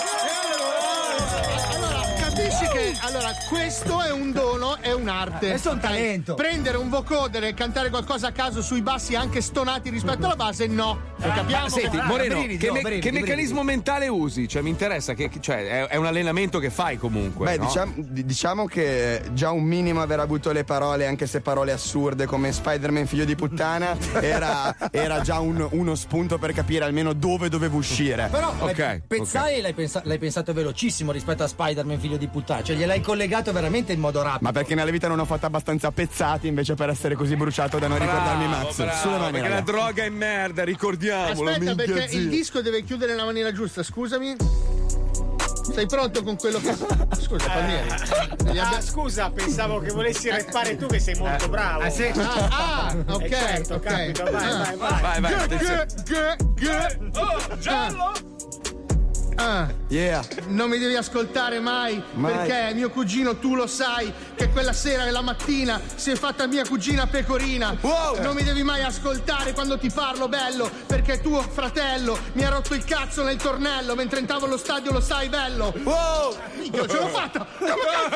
Allora, capisci che allora questo è un dono, è un'arte. Questo è un Ok? talento. Prendere un vocoder e cantare qualcosa a caso sui bassi anche stonati rispetto alla base, no. Lo capiamo? Ma senti, che- Moreno, brividi, che, no, me- brividi, che brividi. meccanismo mentale usi? Cioè, mi interessa, che, cioè, è, è un allenamento che fai comunque. Beh, no? diciamo, di- diciamo che già un minimo aver avuto le parole, anche se parole assurde come Spider-Man figlio di puttana, era, era già un- uno spunto per capire almeno dove dovevo uscire. Però Ok, l'hai- Pezzali l'hai, pensa- l'hai pensato velocissimo rispetto a Spider-Man figlio di puttana. Cioè gliel'hai collegato veramente in modo rapido. Ma perché nella vita non ho fatto abbastanza pezzati invece per essere così bruciato da non Bravo, ricordarmi Max. bravo, Sulle mani, perché la raga. droga è merda, ricordiamolo. Aspetta, minchia perché zio. il disco deve chiudere nella maniera giusta, scusami. Sei pronto con quello che. Scusa, Palmieri. Gli Ah, abbi- scusa, pensavo che volessi rappare tu che sei molto bravo. Eh, sì. Ah, ah, ok. Eh, certo, ok. capito, vai, Ah. vai, vai. Vai, vai, G- attenzione. g- g- g- Oh, giallo! Ah, Yeah. non mi devi ascoltare mai, Mai. perché mio cugino, tu lo sai, che quella sera e la mattina si è fatta mia cugina pecorina. Wow. Non mi devi mai ascoltare quando ti parlo bello, perché tuo fratello mi ha rotto il cazzo nel tornello mentre entravo allo stadio, lo sai bello. Wow. Minchia, ce l'ho fatta! Come cazzo?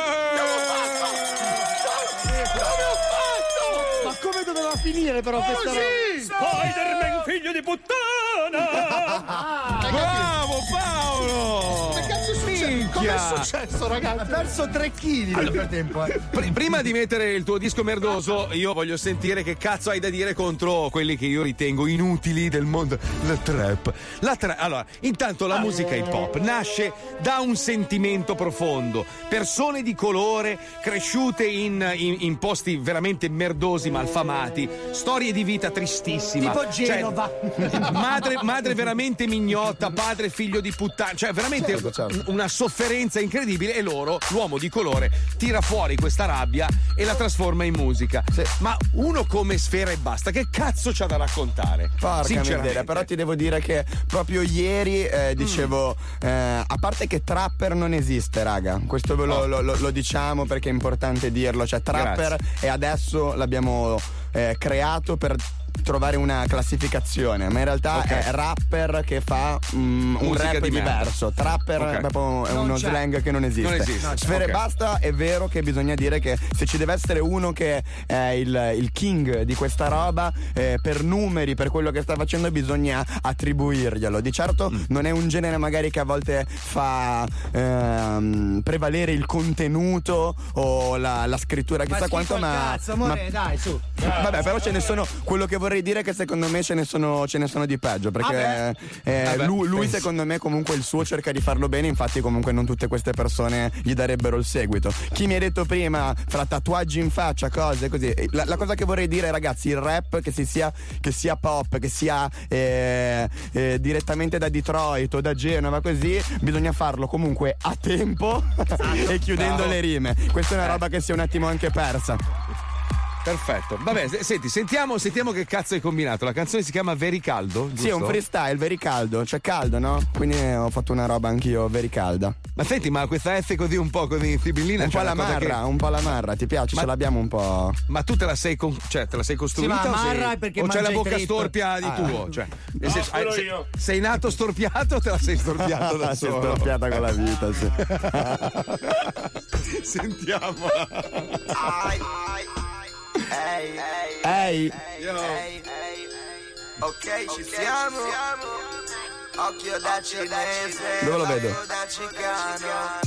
Come ho fatto? Ma come doveva finire però questa roba? Così! Spider-Man figlio di puttana! Ah, hai capito? Bravo Paolo! Che cazzo è successo? Minchia. Com'è successo, ragazzi? Ha perso tre chili nel frattempo. Eh. Pr- prima di mettere il tuo disco merdoso, io voglio sentire che cazzo hai da dire contro quelli che io ritengo inutili del mondo. La trap. La tra- allora, intanto la musica hip hop nasce da un sentimento profondo. Persone di colore cresciute in, in- in posti veramente merdosi, malfamati, storie di vita tristissima. Tipo Genova. Cioè, madre, madre veramente mignotta, padre figlio di puttana. Cioè, veramente Certo, certo. una sofferenza incredibile e loro, l'uomo di colore, tira fuori questa rabbia e la trasforma in musica. Sì. Ma uno come Sfera e Basta, che cazzo c'ha da raccontare? Porca miseria, però ti devo dire che proprio ieri eh, dicevo, mm. eh, a parte che trapper non esiste, raga, questo ve lo, oh. lo, lo, lo diciamo perché è importante dirlo, cioè trapper Grazie. E adesso l'abbiamo eh, creato per trovare una classificazione, ma in realtà okay. è rapper che fa mm, un rap di diverso. Trapper okay. è proprio è uno c'è. slang che non esiste. Non esiste. Sfera e okay. Basta è vero che bisogna dire che se ci deve essere uno che è il, il king di questa roba, eh, per numeri, per quello che sta facendo, bisogna attribuirglielo. Di certo mm. non è un genere magari che a volte fa ehm, prevalere il contenuto o la, la scrittura chissà ma quanto, ma, cazzo, amore, ma dai, su. Vabbè, però ce ne sono, quello che vorrei dire è che secondo me ce ne sono, ce ne sono di peggio, perché eh, Vabbè, lui, lui secondo me comunque il suo cerca di farlo bene, infatti comunque non tutte queste persone gli darebbero il seguito. Chi mi ha detto prima fra tatuaggi in faccia, cose così, la, la cosa che vorrei dire, ragazzi, il rap che si sia, che sia pop, che sia eh, eh, direttamente da Detroit o da Genova, così bisogna farlo comunque a tempo e chiudendo Bravo. le rime. Questa è una roba che si è un attimo anche persa. Perfetto. Vabbè, se- senti, sentiamo, sentiamo che cazzo hai combinato. La canzone si chiama Veri Caldo, giusto? Sì, è un freestyle, Veri Caldo, cioè caldo, no? Quindi ho fatto una roba anch'io Veri Calda. Ma senti, ma questa F così un po' così sibillina, un po' la marra, che... un po' la marra, ti piace? Ma... ce l'abbiamo un po'. Ma tu te la sei con... cioè te la sei costruita sì, ma o, marra sei... è perché o c'è la bocca trip. storpia di ah, tuo? Cioè, no, sei, solo sei, io. sei nato storpiato o te la sei storpiato da sei solo? storpiata con la vita, sì. Sentiamo. Ai, ai. Ehi, ehi, ehi, ok, ci siamo. Occhio da cinese. Dove lo vedo? Da cicano.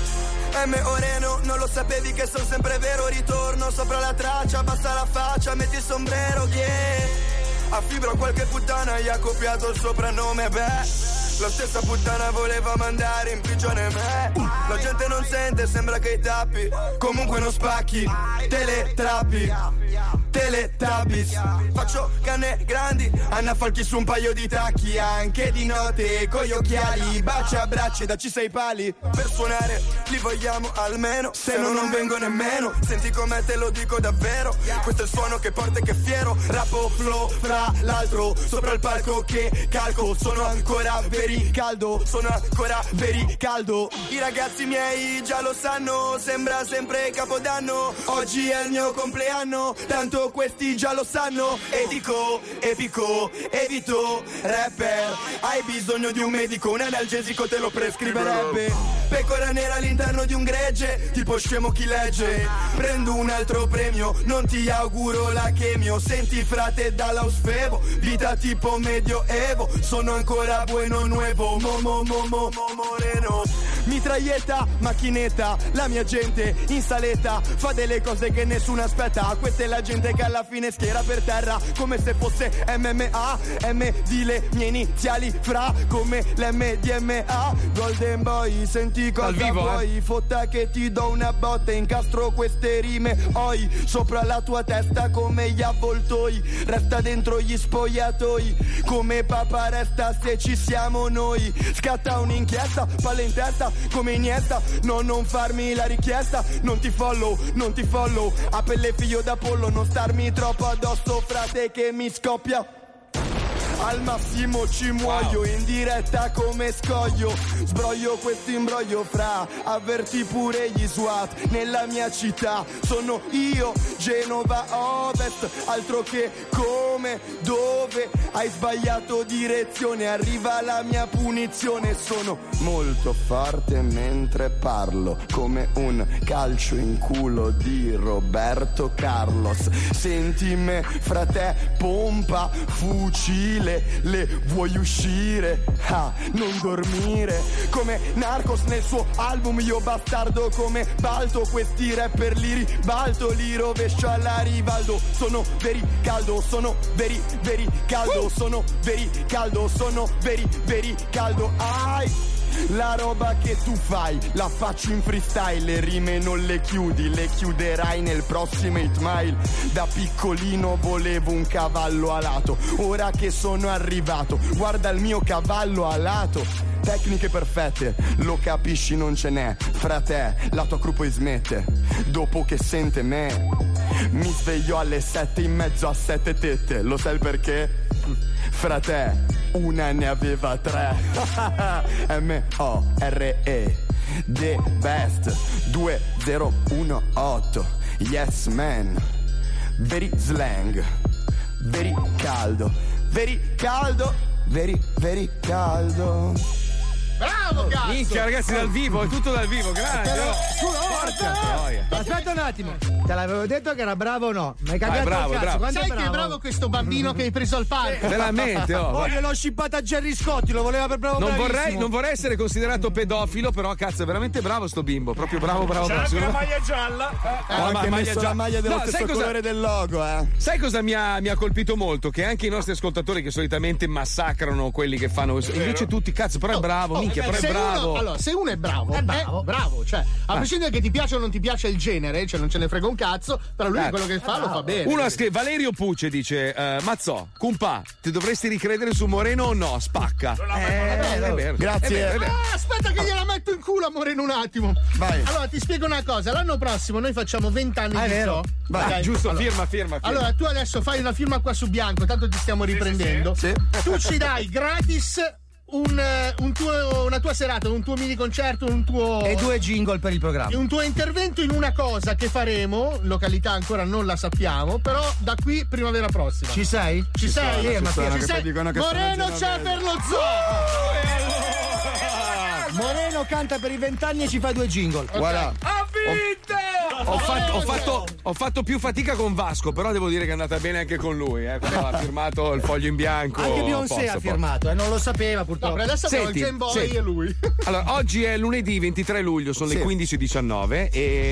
M. Oreno, non lo sapevi che sono sempre vero. Ritorno sopra la traccia, abbassa la faccia, metti il sombrero, yeah. A fibra qualche puttana gli ha copiato il soprannome, beh. La stessa puttana voleva mandare in prigione me. La gente non sente, sembra che i tappi comunque non spacchi. Teletrappi, Teletubbies. Faccio canne grandi, Anna Falchi su un paio di tacchi. Anche di notte, con gli occhiali, baci a bracci da C sei pali. Per suonare li vogliamo almeno, se no non vengo nemmeno. Senti com'è, te lo dico davvero. Questo è il suono che porta e che fiero. Rappo flow, fra l'altro, sopra il palco che calco. Sono ancora vero caldo, sono ancora veri caldo. I ragazzi miei già lo sanno, sembra sempre Capodanno. Oggi è il mio compleanno, tanto questi già lo sanno. Etico, epico, evito, rapper. Hai bisogno di un medico, un analgesico te lo prescriverebbe. Pecora nera all'interno di un gregge, tipo scemo chi legge. Prendo un altro premio, non ti auguro la chemio. Senti frate dall'ausfevo, vita tipo medioevo. Sono ancora bueno nuovo, momo momo momo moreno. Mitraglietta, macchinetta, la mia gente in saletta fa delle cose che nessuno aspetta. Questa è la gente che alla fine schiera per terra come se fosse M M A. M di le mie iniziali fra come l'M D M A. Golden Boy, senti cosa vivo, vuoi, eh? Fotta che ti do una botta, incastro queste rime oi sopra la tua testa come gli avvoltoi. Resta dentro gli spogliatoi come papà resta se ci siamo noi. Scatta un'inchiesta, palla in testa come Iniesta. No, non farmi la richiesta, non ti follow, non ti follow. A pelle figlio d'Apollo, non starmi troppo addosso frate che mi scoppia. Al massimo ci muoio, wow. In diretta come scoglio. Sbroglio questo imbroglio fra avverti pure gli SWAT. Nella mia città sono io, Genova Ovest. Altro che come, dove. Hai sbagliato direzione, arriva la mia punizione. Sono molto forte mentre parlo, come un calcio in culo di Roberto Carlos. Senti me, frate, pompa, fucile. Le vuoi uscire? Ah, non dormire. Come Narcos nel suo album, io bastardo come Balto. Questi rapper li ribalto, li rovescio alla Rivaldo. Sono veri caldo, sono veri, veri caldo. Sono veri caldo, sono veri, veri caldo. Ai! La roba che tu fai la faccio in freestyle, le rime non le chiudi, le chiuderai nel prossimo eight mile. Da piccolino volevo un cavallo alato, ora che sono arrivato, guarda il mio cavallo alato. tecniche perfette, lo capisci non ce n'è. Frate, la tua crew poi smette, dopo che sente me. Mi sveglio alle sette in mezzo a sette tette, lo sai il perché? Frate, una ne aveva tre. M O R E The Best due zero uno otto. Yes man, very slang, very caldo, very caldo, very very caldo. Bravo, cazzo! Minchia, ragazzi, dal vivo, è tutto dal vivo, grande! Però, Oh. Porca troia. Aspetta un attimo, te l'avevo detto che era bravo o no? Mi hai cagato Ah, bravo, il cazzo. bravo. Quanto sai è che è bravo questo bambino che hai preso al parco? Veramente, oh. Oh, gliel'ho scippata a Jerry Scotti, lo voleva per bravo. Non vorrei, bravissimo. non vorrei essere considerato pedofilo, però cazzo, è veramente bravo sto bimbo. Proprio bravo, bravo, C'ha bravo. anche la Secondo me- maglia gialla. Ha No, anche ma- messo la maglia dello No, stesso sai cosa- colore del logo, eh. Sai cosa mi ha, mi ha colpito molto? Che anche i nostri ascoltatori che solitamente massacrano quelli che fanno. Invece tutti, cazzo, però è bravo, Oh, minchia, però è se bravo. Uno, allora, se uno è bravo, è bravo, bravo, cioè, a Ah. prescindere che ti piace o non ti piace il genere, cioè non ce ne frega un cazzo, però lui Eh. quello che fa lo fa bene. Uno ha scritto, Valerio Pucce dice: eh, Mazzò, cumpa, ti dovresti ricredere su Moreno o no? Spacca. Eh, è vero. Grazie. È vero, è vero. Ah, aspetta che gliela metto in culo a Moreno un attimo. Vai. Allora, ti spiego una cosa. L'anno prossimo noi facciamo venti anni Ah, è di vero. zoo. Vai, Ok? giusto, Allora- firma, firma, firma. Allora, tu adesso fai una firma qua su bianco, tanto ti stiamo riprendendo. Sì. Tu ci dai gratis un, eh, un tuo, una tua serata, un tuo mini concerto, un tuo. E due jingle per il programma. Un tuo intervento in una cosa che faremo, località ancora non la sappiamo, però da qui primavera prossima. Ci sei? Ci, Ci sei? sono, Ci ci sono, sei? che poi dicono che Moreno sono c'è genovesi. per lo zoo! Moreno canta per i vent'anni e ci fa due jingle. Guarda. Ha vinto! Ho fatto, ho, fatto, ho fatto più fatica con Vasco, però devo dire che è andata bene anche con lui. Eh, quando ha firmato il foglio in bianco. Anche a Beyoncé posto, ha poi. firmato, eh, non lo sapeva purtroppo. No, adesso abbiamo Senti, il Game Boy senti. e lui. Allora, oggi è lunedì ventitré luglio, sono Sì. le quindici e diciannove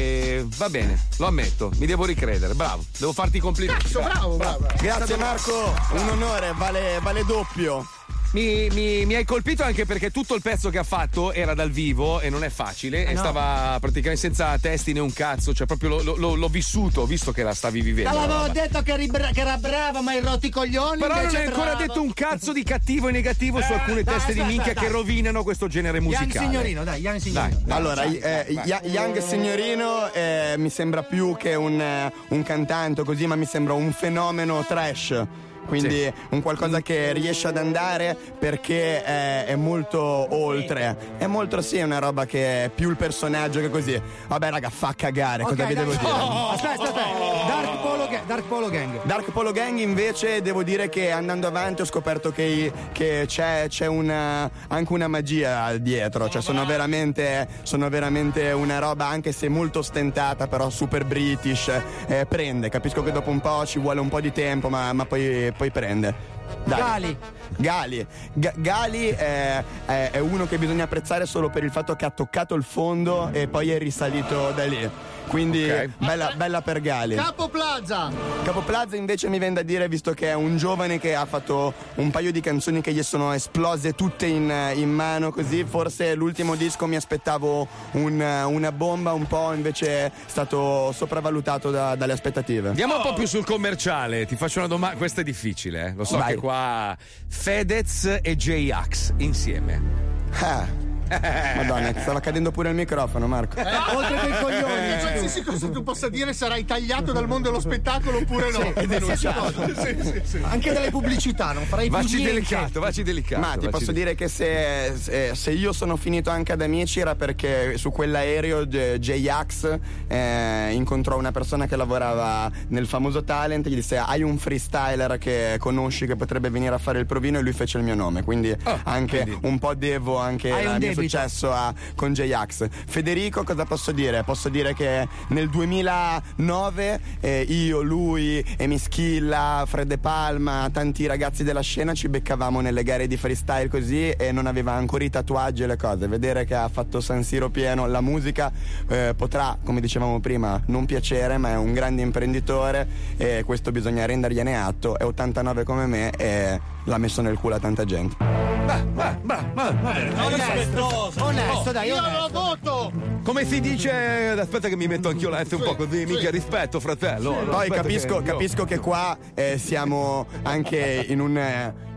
e va bene, lo ammetto, mi devo ricredere, bravo, devo farti i complimenti. Cazzo, bravo, bravo. Grazie Marco, un onore, vale, vale doppio. Mi, mi- mi hai colpito anche perché tutto il pezzo che ha fatto era dal vivo e non è facile e no. stava praticamente senza testi né un cazzo, cioè proprio lo- lo- lo- l'ho vissuto, visto che la stavi vivendo. Te la l'avevo roba. detto che, eri bra- che era brava, ma hai rotto i coglioni. Però non invece hai ancora bravo. detto un cazzo di cattivo e negativo su Eh, alcune dai, teste di dai, minchia dai, che dai. rovinano questo genere musicale. Young Signorino, dai, Young Signorino. Dai. Allora, Vai, eh, vai. Ya- Young Signorino eh, mi sembra più che un, eh, un cantante così, ma mi sembra un fenomeno trash. Quindi Sì. un qualcosa che riesce ad andare perché è, è molto oltre. È molto, sì, è una roba che è più il personaggio che così. Vabbè, raga, fa cagare, cosa Ok, vi dai, devo dai. dire? Oh, aspetta, aspetta. Dark Polo, Ga- Dark Polo Gang. Dark Polo Gang invece devo dire che andando avanti ho scoperto che, che c'è, c'è una, anche una magia dietro, cioè sono veramente, sono veramente una roba anche se molto ostentata però super british, eh, prende, capisco che dopo un po' ci vuole un po' di tempo ma, ma poi, poi prende. Dai. Gali. Gali, Ga- Gali è, è- è uno che bisogna apprezzare solo per il fatto che ha toccato il fondo e poi è risalito da lì. Quindi Ok. bella, bella per Gali. Capo Plaza. Capo Plaza invece mi viene da dire, visto che è un giovane che ha fatto un paio di canzoni che gli sono esplose tutte in, in mano così, forse l'ultimo disco mi aspettavo un- una bomba, un po' invece è stato sopravvalutato da- dalle aspettative. Andiamo un po' più sul commerciale, ti faccio una domanda, questa è difficile, eh. Lo so Vai. che qua Fedez e J-Ax insieme. Ah. Madonna, stava cadendo pure il microfono, Marco. Eh, oltre che i coglioni, qualsiasi cosa tu possa dire sarai tagliato dal mondo dello spettacolo oppure no. Sì, denunciato. Sì, sì, sì. Anche delle pubblicità, non farai più Vacci niente. delicato, vacci delicato. Ma ti vacci posso delicato. dire che se, se- se io sono finito anche ad Amici era perché su quell'aereo J- J-Ax eh, incontrò una persona che lavorava nel famoso Talent, gli disse hai un freestyler che conosci che potrebbe venire a fare il provino e lui fece il mio nome, quindi anche quindi- un po' devo anche Hai il un mio debito. successo a- con J-Ax. Federico cosa posso dire? Posso dire che nel duemilanove eh, io, lui, Emischilla, Fred De Palma, tanti ragazzi della scena ci beccavamo nelle gare di freestyle così e non aveva ancora i tatuaggi e le cose. Vedere che ha fatto San Siro pieno, la musica eh, potrà, come dicevamo prima, non piacere, ma è un grande imprenditore e questo bisogna rendergliene atto. È ottantanove come me e l'ha messo nel culo a tanta gente. Onesto, onesto, dai, Io onesto. lo voto. Come si dice, aspetta che mi metto anch'io l'ente un po' così, mica rispetto, fratello. Poi Aspetta capisco, che- capisco che qua eh, siamo anche in un, eh,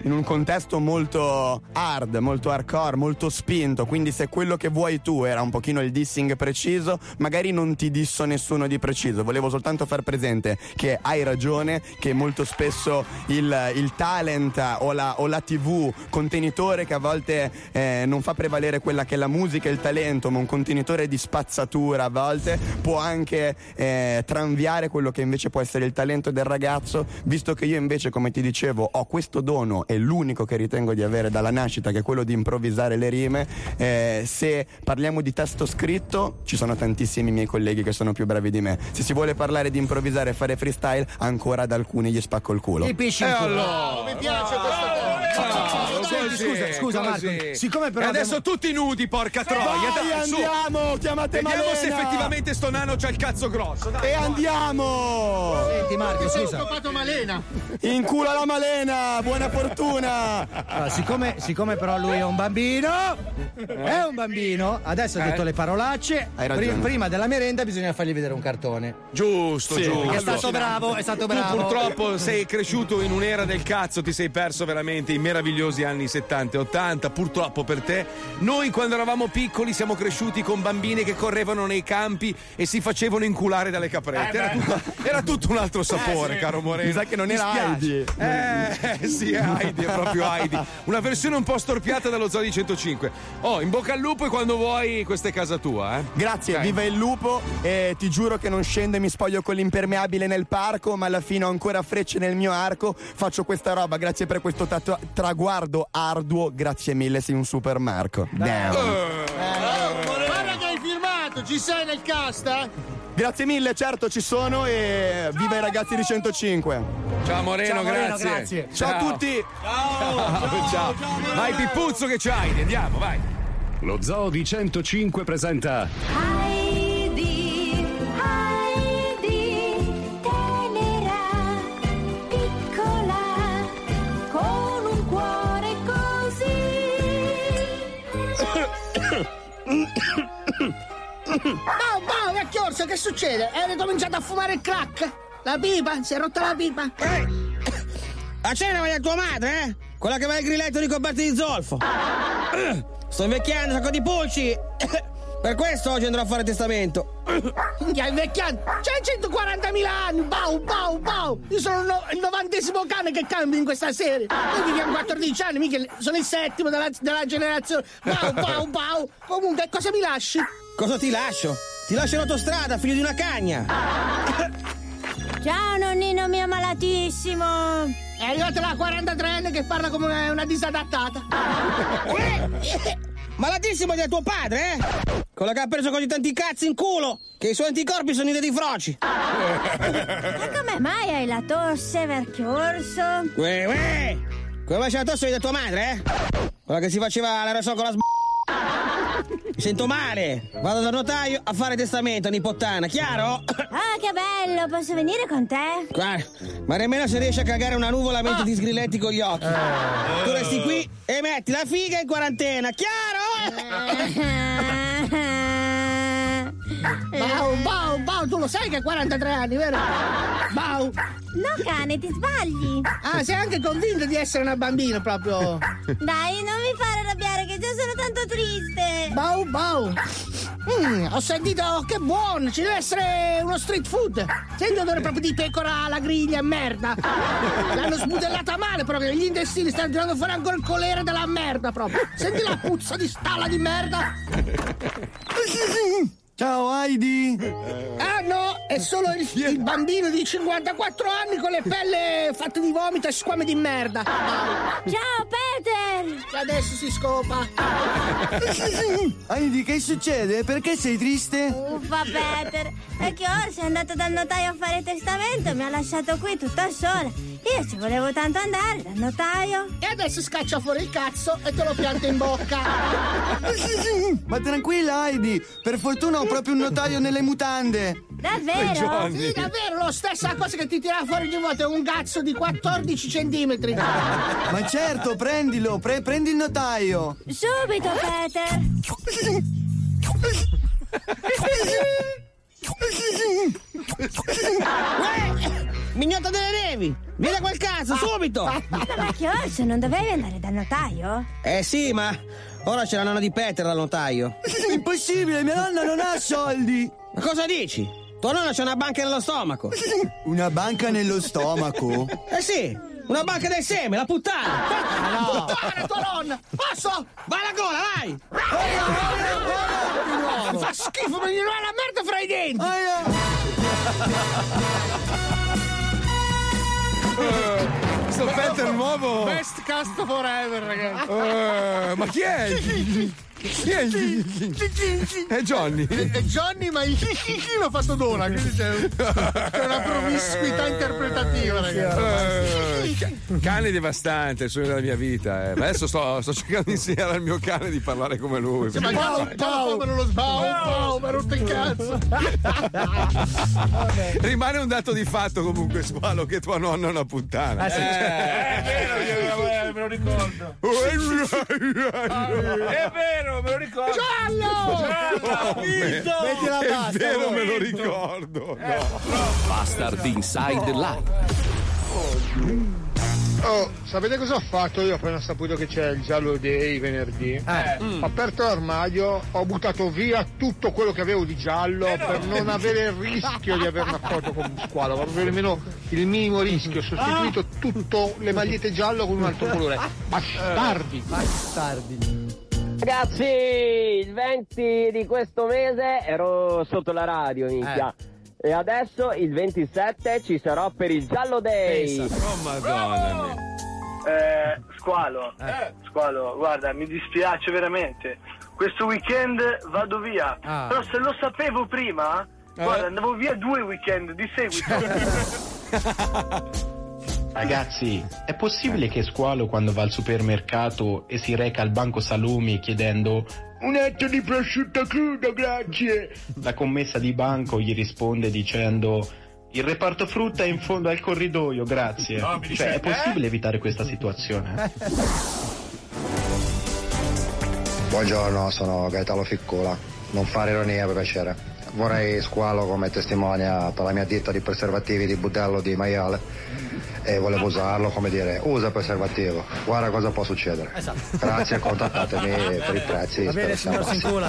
in un contesto molto hard, molto hardcore, molto spinto, quindi se quello che vuoi tu era un pochino il dissing preciso, magari non ti disso nessuno di preciso. Volevo soltanto far presente che hai ragione, che molto spesso il, il talent o la, o la tivù, contenitore che a volte eh, non fa prevalere quella che è la musica e il talento, ma un contenitore di spazzatura a volte può anche eh, tranviare quello che invece può essere il talento del ragazzo, visto che io invece, come ti dicevo, ho questo dono, è l'unico che ritengo di avere dalla nascita, che è quello di improvvisare le rime. Eh, se parliamo di testo scritto, ci sono tantissimi miei colleghi che sono più bravi di me. Se si vuole parlare di improvvisare e fare freestyle, ancora ad alcuni gli spacco il culo. I pesci Eh, in culo. allora. Mi piace questa Così, Scusa, scusa così. Marco, siccome però E adesso abbiamo- tutti nudi, porca troia. Vai, dai, su. andiamo, chiamate Vediamo Malena. se effettivamente sto nano c'ha il cazzo grosso. Dai, E forza. andiamo! Senti Marco, Ti sei scusa. scopato Malena. In culo alla Malena, buona fortuna! Allora, siccome, siccome però lui è un bambino, è un bambino, adesso ha Eh. detto le parolacce, Hai ragione. pri- prima della merenda bisogna fargli vedere un cartone. Giusto, Sì, giusto. Perché è stato bravo, è stato bravo. Tu purtroppo sei cresciuto in un'era del cazzo, ti sei perso veramente i meravigliosi anni settanta e ottanta, purtroppo per te. Noi quando eravamo piccoli siamo cresciuti con bambini che correvano nei campi e si facevano inculare dalle caprette. Era, tutto, era tutto un altro sapore, caro Moreno. Mi sa che non Mi era spiace. Heidi. Eh, sì, è Heidi, è proprio Heidi. Una versione un po' storpiata dallo Zoo di centocinque. Oh, in bocca al lupo e quando vuoi questa è casa tua, eh. Grazie, Dai. viva il lupo, e ti giuro che non scendo e mi spoglio con l'impermeabile nel parco, ma alla fine ho ancora frecce nel mio arco, faccio questa roba, grazie per questo tatua- traguardo arduo, grazie mille, sei un super Marco. Damn. Guarda che hai filmato, ci sei nel cast, eh? Grazie mille, certo ci sono, e viva i ragazzi di centocinque. Ciao Moreno, Ciao, Moreno, grazie. grazie. Ciao a tutti. Ciao, ciao. Vai Pippuzzo che c'hai, andiamo, vai. Lo Zoo di centocinque presenta Heidi, Heidi, tenera, piccola, con un cuore così. Bau, bau, vecchio orso, che succede? Hai ricominciato a fumare il crack? La pipa? Si è rotta la pipa? A cena vai a tua madre, eh? Quella che va al grilletto ricoperto di zolfo. Sto invecchiando, sacco di pulci. Per questo oggi andrò a fare testamento. Minchia, invecchiando! C'hai centoquarantamila anni! Bau, bau, bau! Io sono il, no- il novantesimo cane che cambia in questa serie! Noi viviamo quattordici anni, mica sono il settimo della, della generazione! Bau, bau, bau! Comunque, cosa mi lasci? Cosa ti lascio? Ti lascio in autostrada, figlio di una cagna. Ciao nonnino mio malatissimo. È arrivata la quarantatreenne che parla come una, una disadattata! Malatissimo di tuo padre, eh? Quello che ha preso così tanti cazzi in culo, che i suoi anticorpi sono i dei froci. Ma come mai hai la tosse, vecchio orso? Uè, uè! Come c'è la tosse di tua madre, eh? Quella che si faceva l'aerosol con la sb... Mi sento male. Vado dal notaio a fare testamento, nipottana, chiaro? Ah, che bello, posso venire con te? Guarda, ma nemmeno se riesci a cagare una nuvola mentre ti sgrilletti con gli occhi. Tu resti qui e metti la figa in quarantena, chiaro? Bau, bau, bau, tu lo sai che hai quarantatré anni, vero? Bau! No, cane, ti sbagli. Ah, sei anche convinto di essere una bambina proprio. Dai, non mi fare arrabbiare che già sono tanto triste. Bau, bau. Mm, ho sentito che buono, ci deve essere uno street food. Senti odore proprio di pecora alla griglia e merda. L'hanno sbudellata male proprio, gli intestini stanno tirando fuori ancora il colere della merda proprio. Senti la puzza di stalla di merda. Ciao Heidi. Ah no, è solo il, il bambino di cinquantaquattro anni con le pelle fatte di vomito e squame di merda. Ciao Peter. Che adesso si scopa. Heidi, che succede? Perché sei triste? Uffa Peter, è che Orso è andato dal notaio a fare testamento e mi ha lasciato qui tutta sola. Io ci volevo tanto andare dal notaio. E adesso scaccia fuori il cazzo e te lo pianta in bocca. Ma tranquilla Heidi, per fortuna ho proprio un notaio nelle mutande. Davvero? Sì, davvero, lo stessa cosa che ti tira fuori di vuoto è un cazzo di quattordici centimetri. Ma certo, prendilo, pre- prendi il notaio. Subito Peter. Mignotta delle nevi! Vieni a quel cazzo, subito! Ma che orso, non dovevi andare dal notaio? Eh sì, ma ora c'è la nonna di Peter dal notaio. Impossibile, mia nonna non ha soldi! Ma cosa dici? Tua nonna c'ha una banca nello stomaco. Una banca nello stomaco? Eh sì, una banca del seme, la puttana! Ah, no. Puttana, tua nonna! Posso? Vai alla gola, vai! Mi fa schifo, mi viene la merda fra i denti! Uh, sto Peter nuovo. Best cast forever, ragazzi. Uh, ma chi è? Chi è? È Johnny. È Johnny, ma il l'ho fatto d'ora, quindi c'è, c'è una promiscuità interpretativa, ragazzi. Uh, cane devastante, il sogno della mia vita. Eh. Adesso sto, sto cercando di insegnare al mio cane di parlare come lui. Sì, ma Pau, Pau, ma non lo sbau, Pau, ma rotto il cazzo. Rimane un dato di fatto comunque, Squalo, che tua nonna è una puttana. Eh, sì, eh, è vero, io me lo ricordo. È vero, me lo ricordo. Giallo! Giallo! Metti la basta. È vero, me lo ricordo. No. Bastard Inside Live. Oh, sapete cosa ho fatto io appena saputo che c'è il Giallo Day venerdì? Eh. Mm. Ho aperto l'armadio, ho buttato via tutto quello che avevo di giallo eh no. per non avere il rischio di avere una foto con un Squalo, per avere nemmeno il minimo rischio. Ho sostituito ah. tutte le magliette giallo con un altro colore. Bastardi! Bastardi! Ragazzi, il venti di questo mese ero sotto la radio, minchia. Eh. E adesso il ventisette ci sarò per il Giallo Day. Oh madonna mia. Eh, Squalo, eh. Squalo, guarda, mi dispiace veramente. Questo weekend vado via. Ah. Però se lo sapevo prima, eh. guarda, andavo via due weekend di seguito. Ragazzi, è possibile che Squalo quando va al supermercato e si reca al banco salumi chiedendo un etto di prosciutto crudo, grazie, la commessa di banco gli risponde dicendo il reparto frutta è in fondo al corridoio, grazie. No, cioè, è possibile evitare questa situazione? Buongiorno, sono Gaetano Ficcola. Non fare ironia, per piacere. Vorrei Squalo come testimonia per la mia ditta di preservativi di budello di maiale e volevo usarlo, come dire, usa preservativo, guarda cosa può succedere. Esatto. Grazie, contattatemi per i prezzi. Va bene, signor Sincola.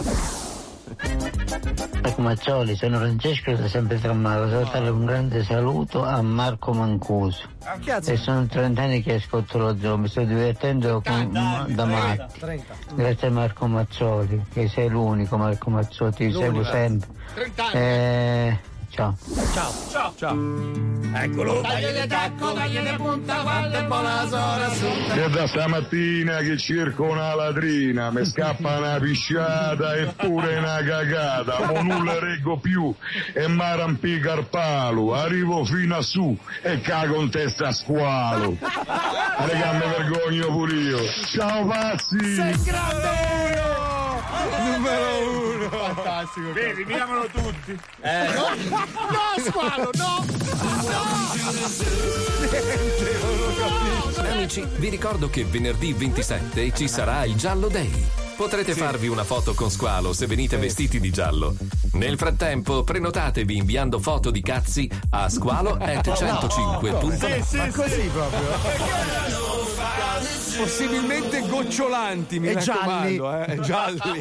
Ecco Maccioli, sono Francesco da sempre Trammato, devo dare un grande saluto a Marco Mancuso. E sono trenta anni che ascolto lo zoo, mi sto divertendo con, da matti. Grazie a Marco Mazzoli, che sei l'unico Marco Mazzoli, ti seguo sempre. Eh, ciao. Ciao. Ciao. Ciao. Eccolo. Tagliele tacco, tagliele punta, quando è buona sola assunta. E da stamattina che cerco una ladrina, mi scappa una pisciata e pure una cagata, ma non le reggo più e mi arrampica il palo, arrivo fino a su e cago in testa a Squalo. Raga, mi vergogno pure io. Ciao pazzi! Sei grande! Numero uno! Fantastico! Vedi, miramolo tutti! Eh. No, no, Squalo, no! No! Amici, vi ricordo che venerdì ventisette ci sarà il Giallo Day. Potrete sì. farvi una foto con Squalo se venite sì. vestiti di giallo. Nel frattempo prenotatevi inviando foto di cazzi a squalo at centocinque punto net. Sì, sì, ma così sì. proprio. Possibilmente gocciolanti, mi e raccomando, gialli. Eh, gialli.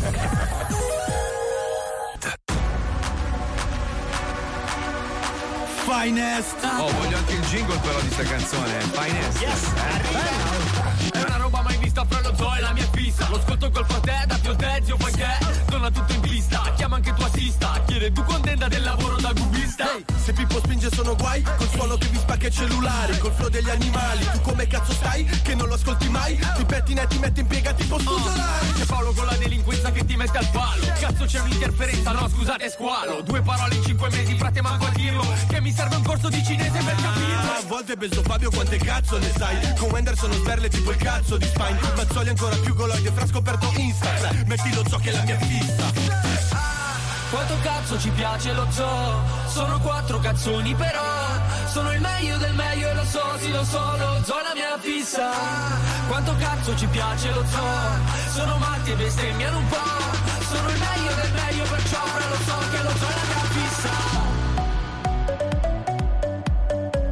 Finest. Oh, voglio anche il jingle però di sta canzone. Finest. Yes. Eh? È una roba mai vista fra lo zoo e la mia fissa. Lo ascolto col fratello, da Pio Tezio, poiché torna tutto in pista. Chiama anche tua assista, chiede tu contenta del lavoro da cubista. Hey, se Pippo spinge sono guai, col suono che vi spacca i cellulari, col flow degli animali. Tu come cazzo stai? Che non lo ascolti mai? Ti pettina e ti mette in piega tipo Stusolai. C'è Paolo con la delinquenza che ti mette al palo. Cazzo c'è un'interferenza, no scusate Squalo. Due parole in cinque mesi, frate manco a dirlo. Che mi serve un corso di cinese per capirlo. A volte penso Fabio quante cazzo ne sai. Con Wenderson o sberle tipo il cazzo di Spine. Mazzoli ancora più goloide, fra scoperto Insta. Metti lo zoo che è la mia fissa. Quanto cazzo ci piace lo zoo. Sono quattro cazzoni però sono il meglio del meglio e lo so, sì lo so, lo zoo è la mia fissa. Quanto cazzo ci piace lo zoo. Sono matti e bestemmiano un po'. Sono il meglio del meglio perciò fra lo so che lo zoo è la mia fissa.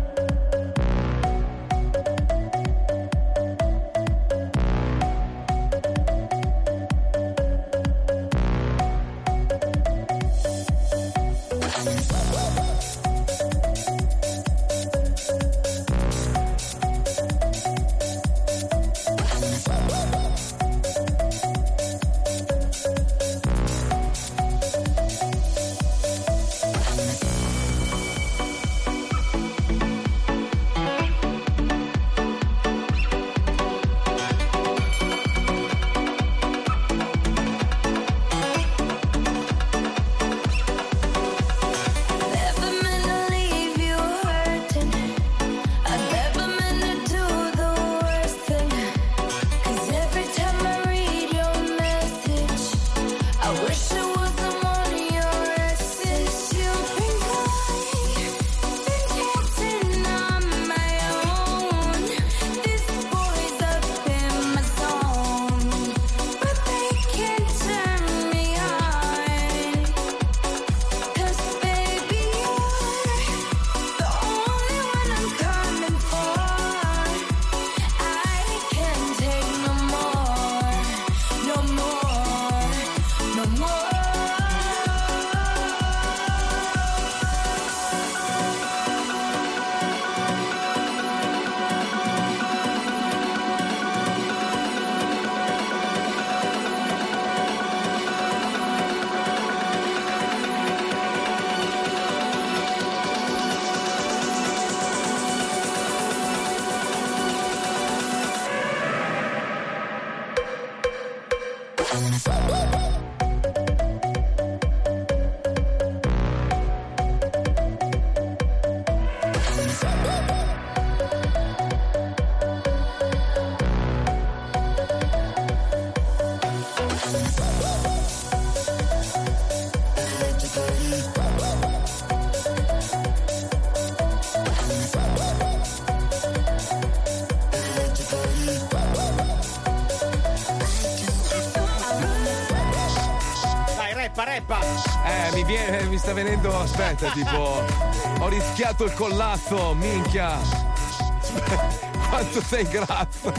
Eh, mi viene, mi sta venendo, aspetta, tipo, ho rischiato il collazzo, minchia. Quanto sei grasso.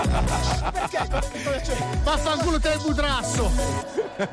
Vaffanculo te il budrasso.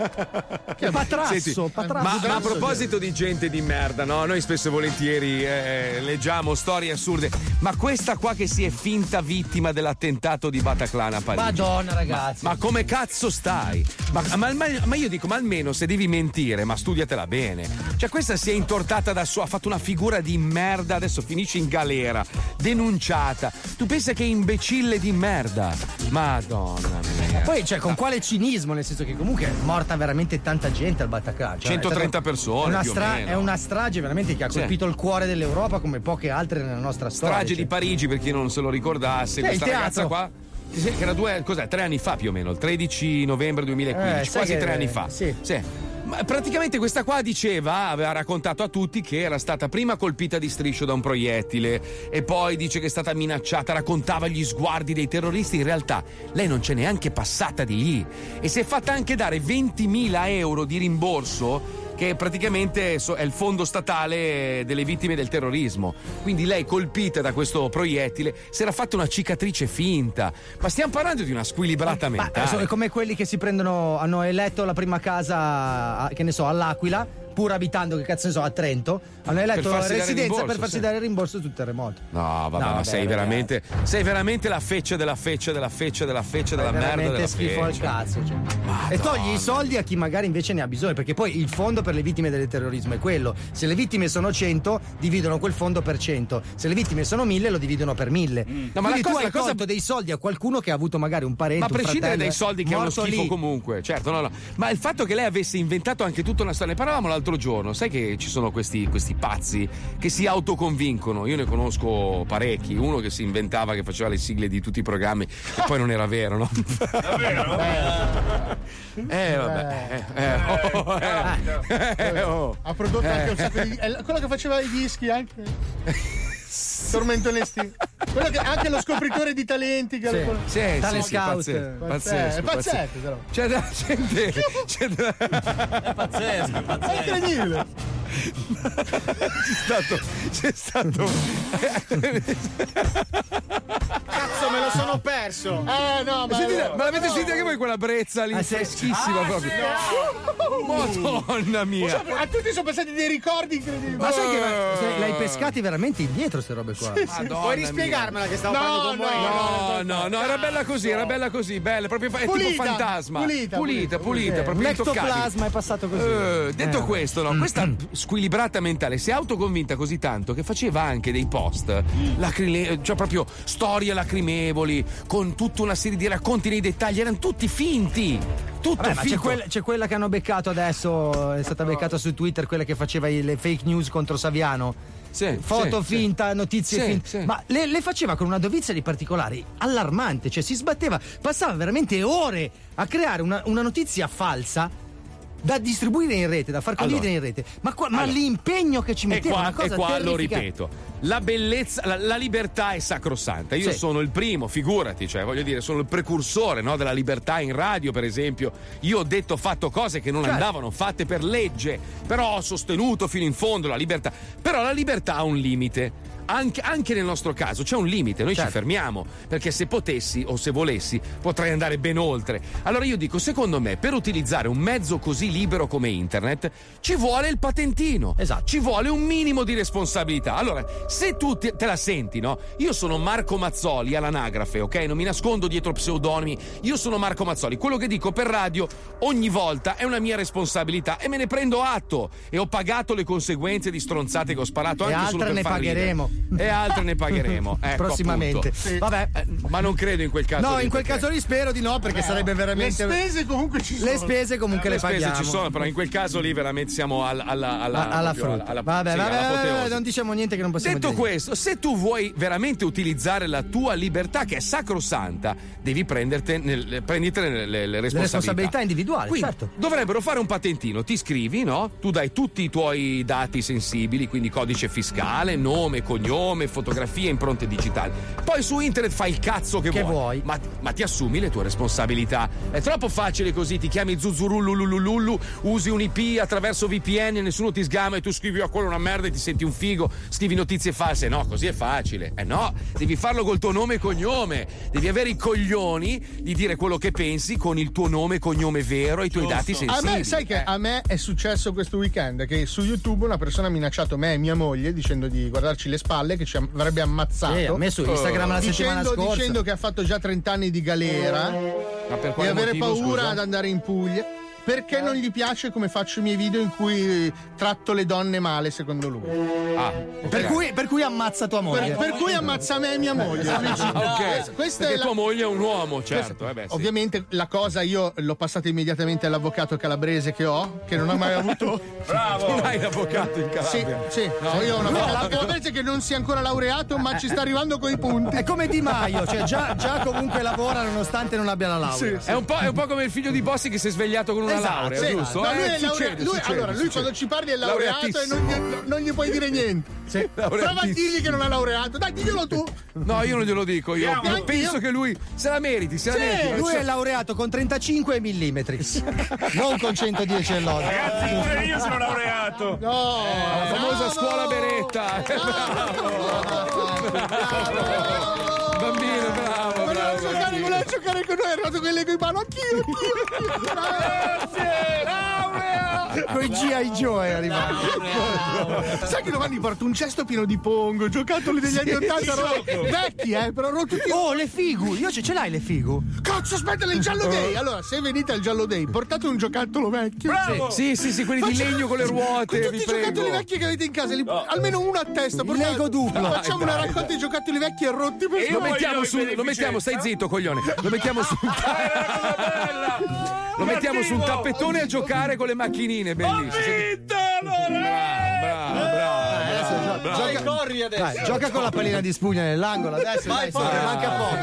Che patrasso, Senti, patrasso. Ma, ma a proposito di gente di merda, no? Noi spesso e volentieri eh, leggiamo storie assurde. Ma questa qua che si è finta vittima dell'attentato di Bataclan a Parigi. Madonna, ragazzi. Ma, ma come cazzo stai? Ma, ma, ma, ma io dico, ma almeno se devi mentire, ma studiatela bene. Cioè, questa si è intortata da sua, ha fatto una figura di merda, adesso finisce in galera, denunciata. Tu pensa che è imbecille di merda? Madonna mia. Poi, cioè, con quale cinismo, nel senso che comunque è morta veramente tanta gente al Bataclan. Cioè, centotrenta è stato, persone, è una, più stra- o meno. è una strage veramente che ha colpito sì. il cuore dell'Europa come poche altre nella nostra storia. Strage cioè. di Parigi, per chi non se lo ricordasse, Sì, questa il ragazza teatro. qua. Sì, che era due, cos'è? Tre anni fa più o meno, il tredici novembre duemilaquindici, Eh, sai quasi che- tre anni fa. sì. Sì. Ma praticamente questa qua diceva, aveva raccontato a tutti che era stata prima colpita di striscio da un proiettile e poi dice che è stata minacciata, raccontava gli sguardi dei terroristi. In realtà lei non c'è neanche passata di lì e si è fatta anche dare ventimila euro di rimborso, che praticamente è il fondo statale delle vittime del terrorismo. Quindi lei, colpita da questo proiettile, si era fatta una cicatrice finta. Ma stiamo parlando di una squilibrata Ma mentale. sono come quelli che si prendono, hanno eletto la prima casa, a- che ne so, all'Aquila, pur abitando, che cazzo ne so, a Trento, hanno eletto farsi dare residenza rimborso, per farsi sì. dare il rimborso sul terremoto. No, vabbè, No, ma vabbè, sei ragazzi. veramente, sei veramente la feccia della feccia della feccia della feccia della È merda veramente della schifo al feccia. cazzo, cioè. E togli i soldi a chi magari invece ne ha bisogno, perché poi il fondo per le vittime del terrorismo è quello: se le vittime sono cento, dividono quel fondo per cento, se le vittime sono mille, lo dividono per mille. No, ma Quindi la tu cosa- hai la cosa- tolto dei soldi a qualcuno che ha avuto magari un parente, Ma a un prescindere fratello, dai soldi che è uno morto schifo lì. comunque, certo, no, no. Ma il fatto che lei avesse inventato anche tutta una storia, ne parlavamo l'altro giorno, sai che ci sono questi, questi pazzi che si autoconvincono, io ne conosco parecchi, uno che si inventava che faceva le sigle di tutti i programmi e poi non era vero, no? Davvero? Eh, vabbè. Eh, eh, oh, eh, eh, oh. Ha prodotto Eh. anche un sacco di. È quello che faceva i dischi anche. Tormento Nesti. Quello che anche lo scopritore di talenti. Che Sì, lo- sì, Tale sì, sì, scout. pazzesco, Pazzesco, pazzesco, È pazzesco, però. C'è della gente. C'è della... È pazzesco, è pazzesco. È incredibile. C'è stato. C'è stato. Cazzo, me lo sono perso. Eh, no, ma. Sentite, ma l'avete no. sentita anche voi quella brezza lì? Ah, sì. Freschissima Ah, proprio. sì, no. Madonna mia. A tutti sono passati dei ricordi incredibili. Ma sai che Eh. se l'hai pescati veramente indietro queste robe qua? Sì, sì. Puoi rispiegarmela che stavo No, parlando con voi? No, no, no, era bella così, era bella così, bella, proprio è Pulita, tipo fantasma. pulita, pulita, pulita, Eh, proprio l'ectoplasma intoccabile. è passato così. Eh, detto Eh. questo, no, questa squilibrata mentale si è autoconvinta così tanto che faceva anche dei post, lacrile- cioè proprio storie lacrimevoli, con tutta una serie di racconti nei dettagli, erano tutti finti. Tutto Vabbè, ma c'è, finto. quella, c'è quella che hanno beccato adesso, è stata beccata su Twitter, quella che faceva i- le fake news contro Saviano. Sì, Foto sì, finta, notizie Sì, finte. sì. Ma le, le faceva con una dovizia di particolari allarmante, cioè si sbatteva, passava veramente ore a creare una, una notizia falsa da distribuire in rete, da far condividere Allora. in rete. Ma, qua- ma Allora. l'impegno che ci E metteva qua, è una cosa e qua lo terrificante. ripeto, la bellezza, la, la libertà è sacrosanta. Io Sì. sono il primo, figurati, cioè voglio dire, sono il precursore, no, della libertà in radio, per esempio. Io ho detto, fatto cose che non Certo. andavano fatte per legge, però ho sostenuto fino in fondo la libertà. Però la libertà ha un limite. Anche, anche nel nostro caso c'è un limite, noi Certo. ci fermiamo, perché se potessi o se volessi potrei andare ben oltre. Allora io dico, secondo me, per utilizzare un mezzo così libero come internet ci vuole il patentino, Esatto. ci vuole un minimo di responsabilità. Allora, se tu te, te la senti, no? Io sono Marco Mazzoli all'anagrafe, ok? Non mi nascondo dietro pseudonimi, io sono Marco Mazzoli. Quello che dico per radio ogni volta è una mia responsabilità e me ne prendo atto e ho pagato le conseguenze di stronzate che ho sparato E anche solo altre per ne far ridere. pagheremo. e altre ne pagheremo. Ecco, prossimamente. Sì. Vabbè, eh, ma non credo in quel caso. No, lì, in quel perché... caso lì spero di no, perché no, sarebbe veramente. Le spese comunque ci sono. Le spese comunque le, le spese paghiamo. ci sono, però in quel caso lì veramente siamo alla, alla, alla, alla proprio frutta. alla, vabbè, sì, vabbè, all'apoteosi. vabbè, non diciamo niente che non possiamo Detto dire. questo, se tu vuoi veramente utilizzare la tua libertà, che è sacrosanta, devi prenderti nel, prenditene le, le, le responsabilità. Le responsabilità individuali, quindi, certo. Dovrebbero fare un patentino, ti iscrivi, no? Tu dai tutti i tuoi dati sensibili, quindi codice fiscale, nome, cognome, fotografie, impronte digitali. Poi su internet fai il cazzo che, che vuoi, vuoi. Ma, ma ti assumi le tue responsabilità. È troppo facile così, ti chiami Zuzzurulululululu, usi un I P attraverso V P N, nessuno ti sgama e tu scrivi a quello una merda e ti senti un figo, scrivi notizie false. No, così è facile. Eh no, devi farlo col tuo nome e cognome. Devi avere i coglioni di dire quello che pensi con il tuo nome e cognome vero e i tuoi dati sensibili. A me, sai che a me è successo questo weekend che su YouTube una persona ha minacciato me e mia moglie dicendo di guardarci le spalle, che ci avrebbe ammazzato. Sì, a me su Instagram la dicendo, settimana scorsa. Dicendo che ha fatto già trenta anni di galera Ma per e quale avere motivo, paura scusa? ad andare in Puglia. Perché non gli piace come faccio i miei video in cui tratto le donne male, secondo lui. Ah, per, cui, per cui ammazza tua moglie. Per, per cui ammazza me e mia moglie. Ah, ok. Questa Perché è la... tua moglie è un uomo, certo. Eh beh, sì. Ovviamente la cosa io l'ho passata immediatamente all'avvocato calabrese che ho, che non ha mai avuto. Bravo! Non hai l'avvocato in Calabria. Sì, sì. No. Io ho un avvocato No. calabrese che non si è ancora laureato, ma ci sta arrivando coi punti. È come Di Maio, cioè già, già comunque lavora nonostante non abbia la laurea. Sì, sì. È, un po', è un po' come il figlio di Bossi che si è svegliato con una Esatto, laurea, sì. giusto? No, lui Eh, è laure- succede, lui- succede, allora, lui succede. quando ci parli è laureato e non gli, non gli puoi dire niente. Sì. Prova a dirgli che non è laureato. Dai, diglielo tu. No, io non glielo dico. Io, Anche io io. penso che lui se la meriti. Se la Sì, meriti. lui Cioè- è laureato con trentacinque millimetri, non con centodieci e lode. Ragazzi, pure io sono laureato. No, la famosa scuola Beretta. Bravo. Bambino, bravo. Voleva bravo, giocare, bambino. voleva giocare con noi, è arrivato con le coi mano. Anch'io, anch'io, anch'io. Grazie, laurea. Con i G I Joe è arrivato. Sai che domani porto un cesto pieno di pongo, giocattoli degli anni ottanta, ro- vecchi, eh, però ro- tutti. Oh, le figu! Io ce, ce l'hai le figu? Cazzo, aspetta, il giallo day! Allora, se venite al giallo day, portate un giocattolo vecchio. Bravo. Sì, sì, sì, quelli di Facciamo- legno con le ruote, con tutti vi i giocattoli prego. vecchi che avete in casa, li- almeno uno a testa. portate- Lego duplo. Facciamo Dai, una dai. raccolta di giocattoli vecchi e rotti per E lo sbagliare. mettiamo su, lo mettiamo, stai zitto, coglione. Lo mettiamo su un ta- Lo mettiamo su un tappetone a giocare con le macchinine, bellissimo. Bravo, bravo, bravo. bravo. Gioca, corri adesso. dai, gioca con la pallina di spugna nell'angolo adesso. Dai, Vai, dai, manca poco.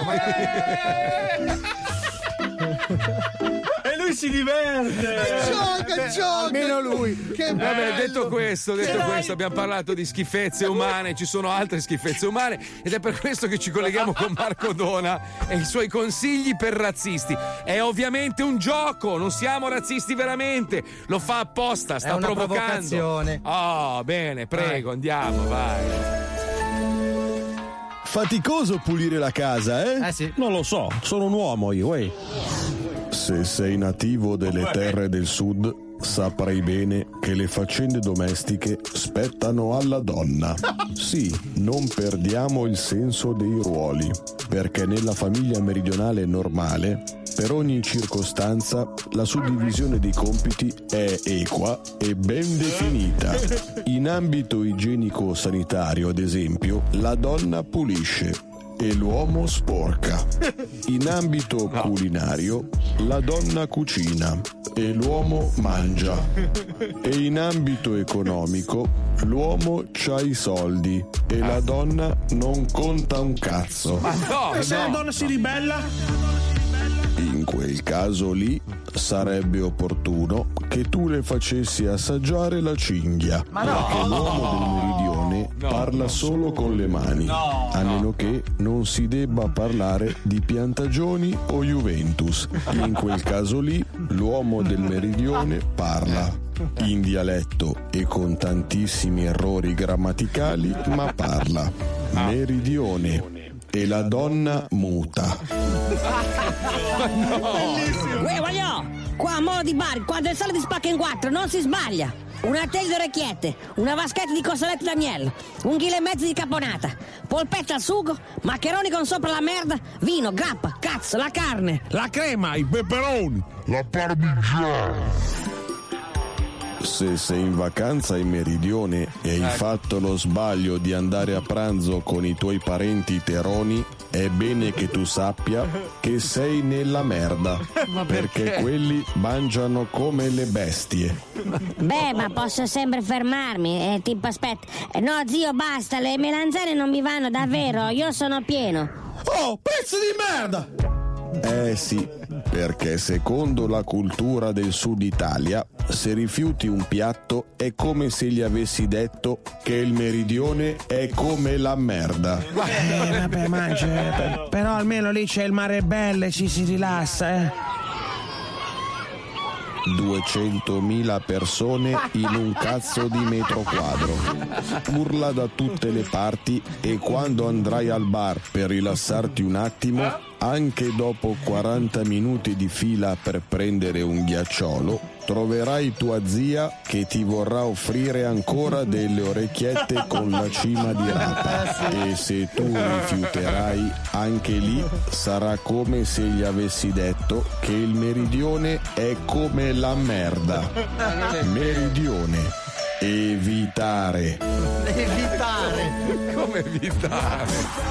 E lui si diverte. Gioca, gioca. Almeno lui. Che bello. Vabbè, detto questo, detto questo, abbiamo parlato di schifezze umane, ci sono altre schifezze umane ed è per questo che ci colleghiamo con Marco Dona e i suoi consigli per razzisti. È ovviamente un gioco, non siamo razzisti veramente, lo fa apposta, sta È una provocando. provocazione. Oh, bene, prego, andiamo, vai. Faticoso pulire la casa, eh? Eh sì. Non lo so, sono un uomo io, ehi. Se sei nativo delle terre del sud, saprai bene che le faccende domestiche spettano alla donna. Sì, non perdiamo il senso dei ruoli, perché nella famiglia meridionale normale, per ogni circostanza, la suddivisione dei compiti è equa e ben definita. In ambito igienico-sanitario, ad esempio, la donna pulisce e l'uomo sporca. In ambito culinario, la donna cucina e l'uomo mangia. E in ambito economico, l'uomo c'ha i soldi e la donna non conta un cazzo. Ma no, E se la no. donna si ribella? In quel caso lì sarebbe opportuno che tu le facessi assaggiare la cinghia, Ma no. perché l'uomo del meridione No, parla no. solo con le mani, No, a meno che non si debba parlare di piantagioni o Juventus. In quel caso lì l'uomo del meridione parla in dialetto e con tantissimi errori grammaticali, ma parla meridione e la donna muta. Uè, voglio! Qua a Molo di Bari, quando il sale ti spacca in quattro, non si sbaglia! Una teglia di orecchiette, una vaschetta di cosolette d'agnello, un chilo e mezzo di caponata, polpetta al sugo, maccheroni con sopra la merda, vino, grappa, cazzo, la carne. La crema, i peperoni. La parmigiana. Se sei in vacanza in meridione e hai fatto lo sbaglio di andare a pranzo con i tuoi parenti teroni, è bene che tu sappia che sei nella merda, Ma perché perché? quelli mangiano come le bestie. Beh, ma posso sempre fermarmi. Eh, tipo, aspetta. Eh, no, zio, basta. Le melanzane non mi vanno, davvero. Io sono pieno. Oh, pezzo di merda! Eh sì, perché secondo la cultura del sud Italia, se rifiuti un piatto è come se gli avessi detto che il meridione è come la merda. Eh, vabbè, mangia. eh, Però almeno lì c'è il mare bello e ci si rilassa, eh. duecentomila persone in un cazzo di metro quadro. Urla da tutte le parti e quando andrai al bar per rilassarti un attimo, anche dopo quaranta minuti di fila per prendere un ghiacciolo, troverai tua zia che ti vorrà offrire ancora delle orecchiette con la cima di rapa. E se tu rifiuterai, anche lì sarà come se gli avessi detto che il meridione è come la merda. Meridione. Evitare. Evitare. Come evitare?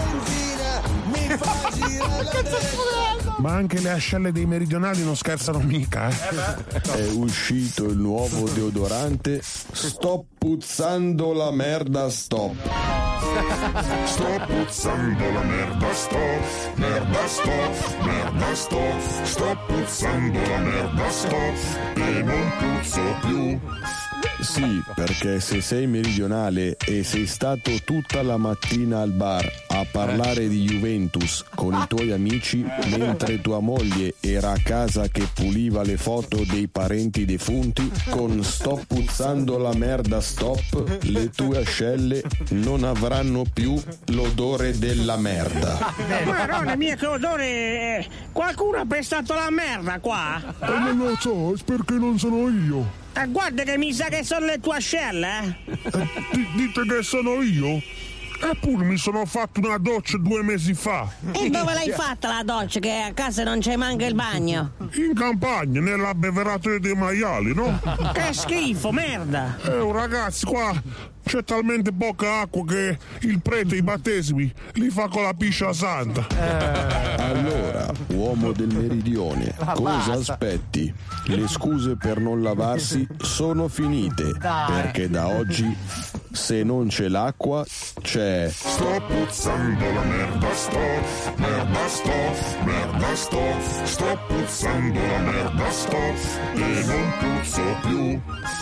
Ma anche le ascelle dei meridionali non scherzano mica, eh. È uscito il nuovo deodorante. Sto puzzando la merda, stop. Sto puzzando la merda, stop, merda, stop, merda, stop. Sto puzzando la merda, stop, e non puzzo più. Sì, perché se sei meridionale e sei stato tutta la mattina al bar a parlare di Juventus con i tuoi amici mentre tua moglie era a casa che puliva le foto dei parenti defunti, con sto puzzando la merda stop, le tue ascelle non avranno più l'odore della merda. Marone mia, che odore! eh, Qualcuno ha pestato la merda qua? E non lo so, è perché non sono io. Eh, guarda che mi sa che sono le tue ascelle, eh? D- dite che sono io? Eppure mi sono fatto una doccia due mesi fa. E dove l'hai fatta la doccia? Che a casa non c'è manca il bagno. In campagna, nell'abbeveratoio dei maiali, no? Che schifo, merda! Eh, ragazzi, qua c'è talmente poca acqua che il prete i battesimi li fa con la piscia santa. Allora, uomo del meridione, Ma cosa basta. aspetti? Le scuse per non lavarsi sono finite, Dai. perché da oggi, se non c'è l'acqua, c'è... Sto puzzando la merda, stop, merda, stop, merda, stop. Sto puzzando la merda, stop, e non puzzo più.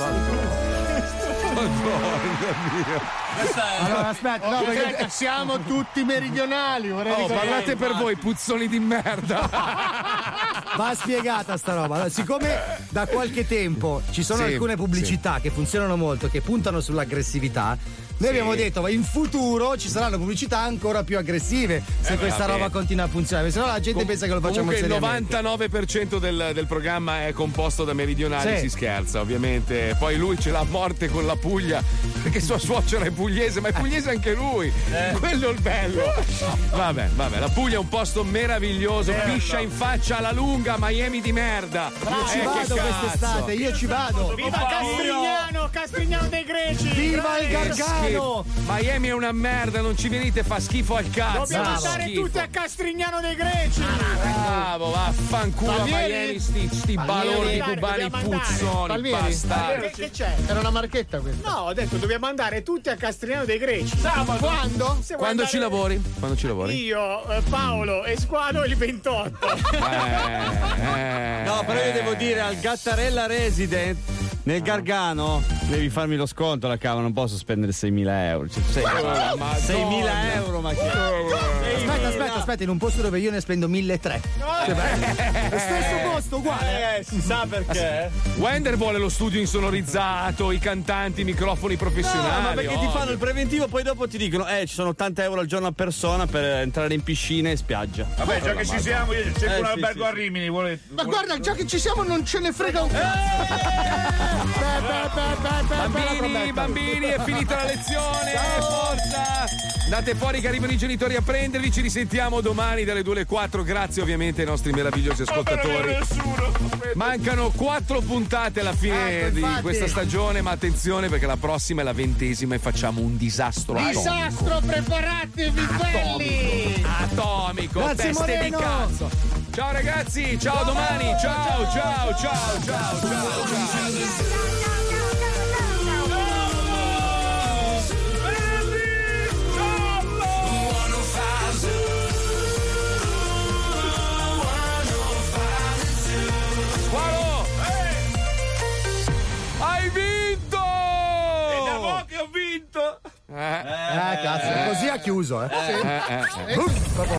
Madonna mia. Allora aspetta, no, perché siamo tutti meridionali. Vorrei Oh, ricordare- parlate per voi, puzzoni di merda. Va spiegata sta roba. Allora, siccome da qualche tempo ci sono Sì, alcune pubblicità che funzionano molto, che puntano sull'aggressività, noi abbiamo detto ma in futuro ci saranno pubblicità ancora più aggressive se Eh, questa vabbè. roba continua a funzionare, se no la gente Com- pensa che lo facciamo comunque il seriamente. novantanove per cento del, del programma è composto da meridionali, Sì. si scherza ovviamente. Poi lui ce l'ha a morte con la Puglia perché sua suocera è pugliese, ma è pugliese anche lui. Quello è il bello. Vabbè, vabbè, la Puglia è un posto meraviglioso, piscia in faccia alla lunga, Miami di merda. Io ci Eh, che vado cazzo. quest'estate, io ci vado. Viva Castrignano, Castrignano dei Greci! Viva il Che Gargano! schifo. Miami è una merda, non ci venite, fa schifo al cazzo. Dobbiamo Fa andare schifo. tutti a Castrignano dei Greci! Bravo, vaffanculo a Palmieri? Miami, sti, sti balordi cubani puzzoni, Palmieri? bastardi. Che, che c'è? Era una marchetta questa. No, ho detto dobbiamo andare tutti a Castrignano dei Greci. Sabato. Quando? Se vuoi Quando andare- ci lavori? Quando ci lavori? Io, eh, Paolo e Squalo il ventotto. Eh, No, però io devo dire al Gattarella Resident nel Gargano devi farmi lo sconto la cava, non posso spendere seimila euro. Cioè, sei- Madonna. seimila euro, ma che. Aspetta, aspetta, aspetta, in un posto dove io ne spendo milletrecento. Cioè, beh, lo stesso posto, uguale. Eh, si sa perché. Wender vuole lo studio insonorizzato, i cantanti, i microfoni professionali. No, ma perché ti ovvio. fanno il preventivo, poi dopo ti dicono, eh, ci sono ottanta euro al giorno a persona per entrare in piscina e spiaggia. Vabbè, già che ci siamo, io cerco Eh, un sì, albergo sì, a Rimini. Vuole... Ma guarda, già che ci siamo non ce ne frega un cazzo. Beh, beh, beh, beh. Bambini, bambini, è finita la lezione, forza! Andate fuori che arrivano i genitori a prendervi, ci risentiamo domani dalle due alle quattro, grazie ovviamente ai nostri meravigliosi ascoltatori. Mancano quattro puntate alla fine ecco, di infatti. questa stagione, ma attenzione perché la prossima è la ventesima e facciamo un disastro atomico. Disastro, preparatevi belli! Atomico, Grazie, teste Moreno. di cazzo. Ciao ragazzi, ciao, domani, ciao, ciao, ciao, ciao, ciao, ciao. Hai vinto! E da mo' che ho vinto! Eh, Eh, cazzo, così ha chiuso, eh. eh, eh, eh. Sì.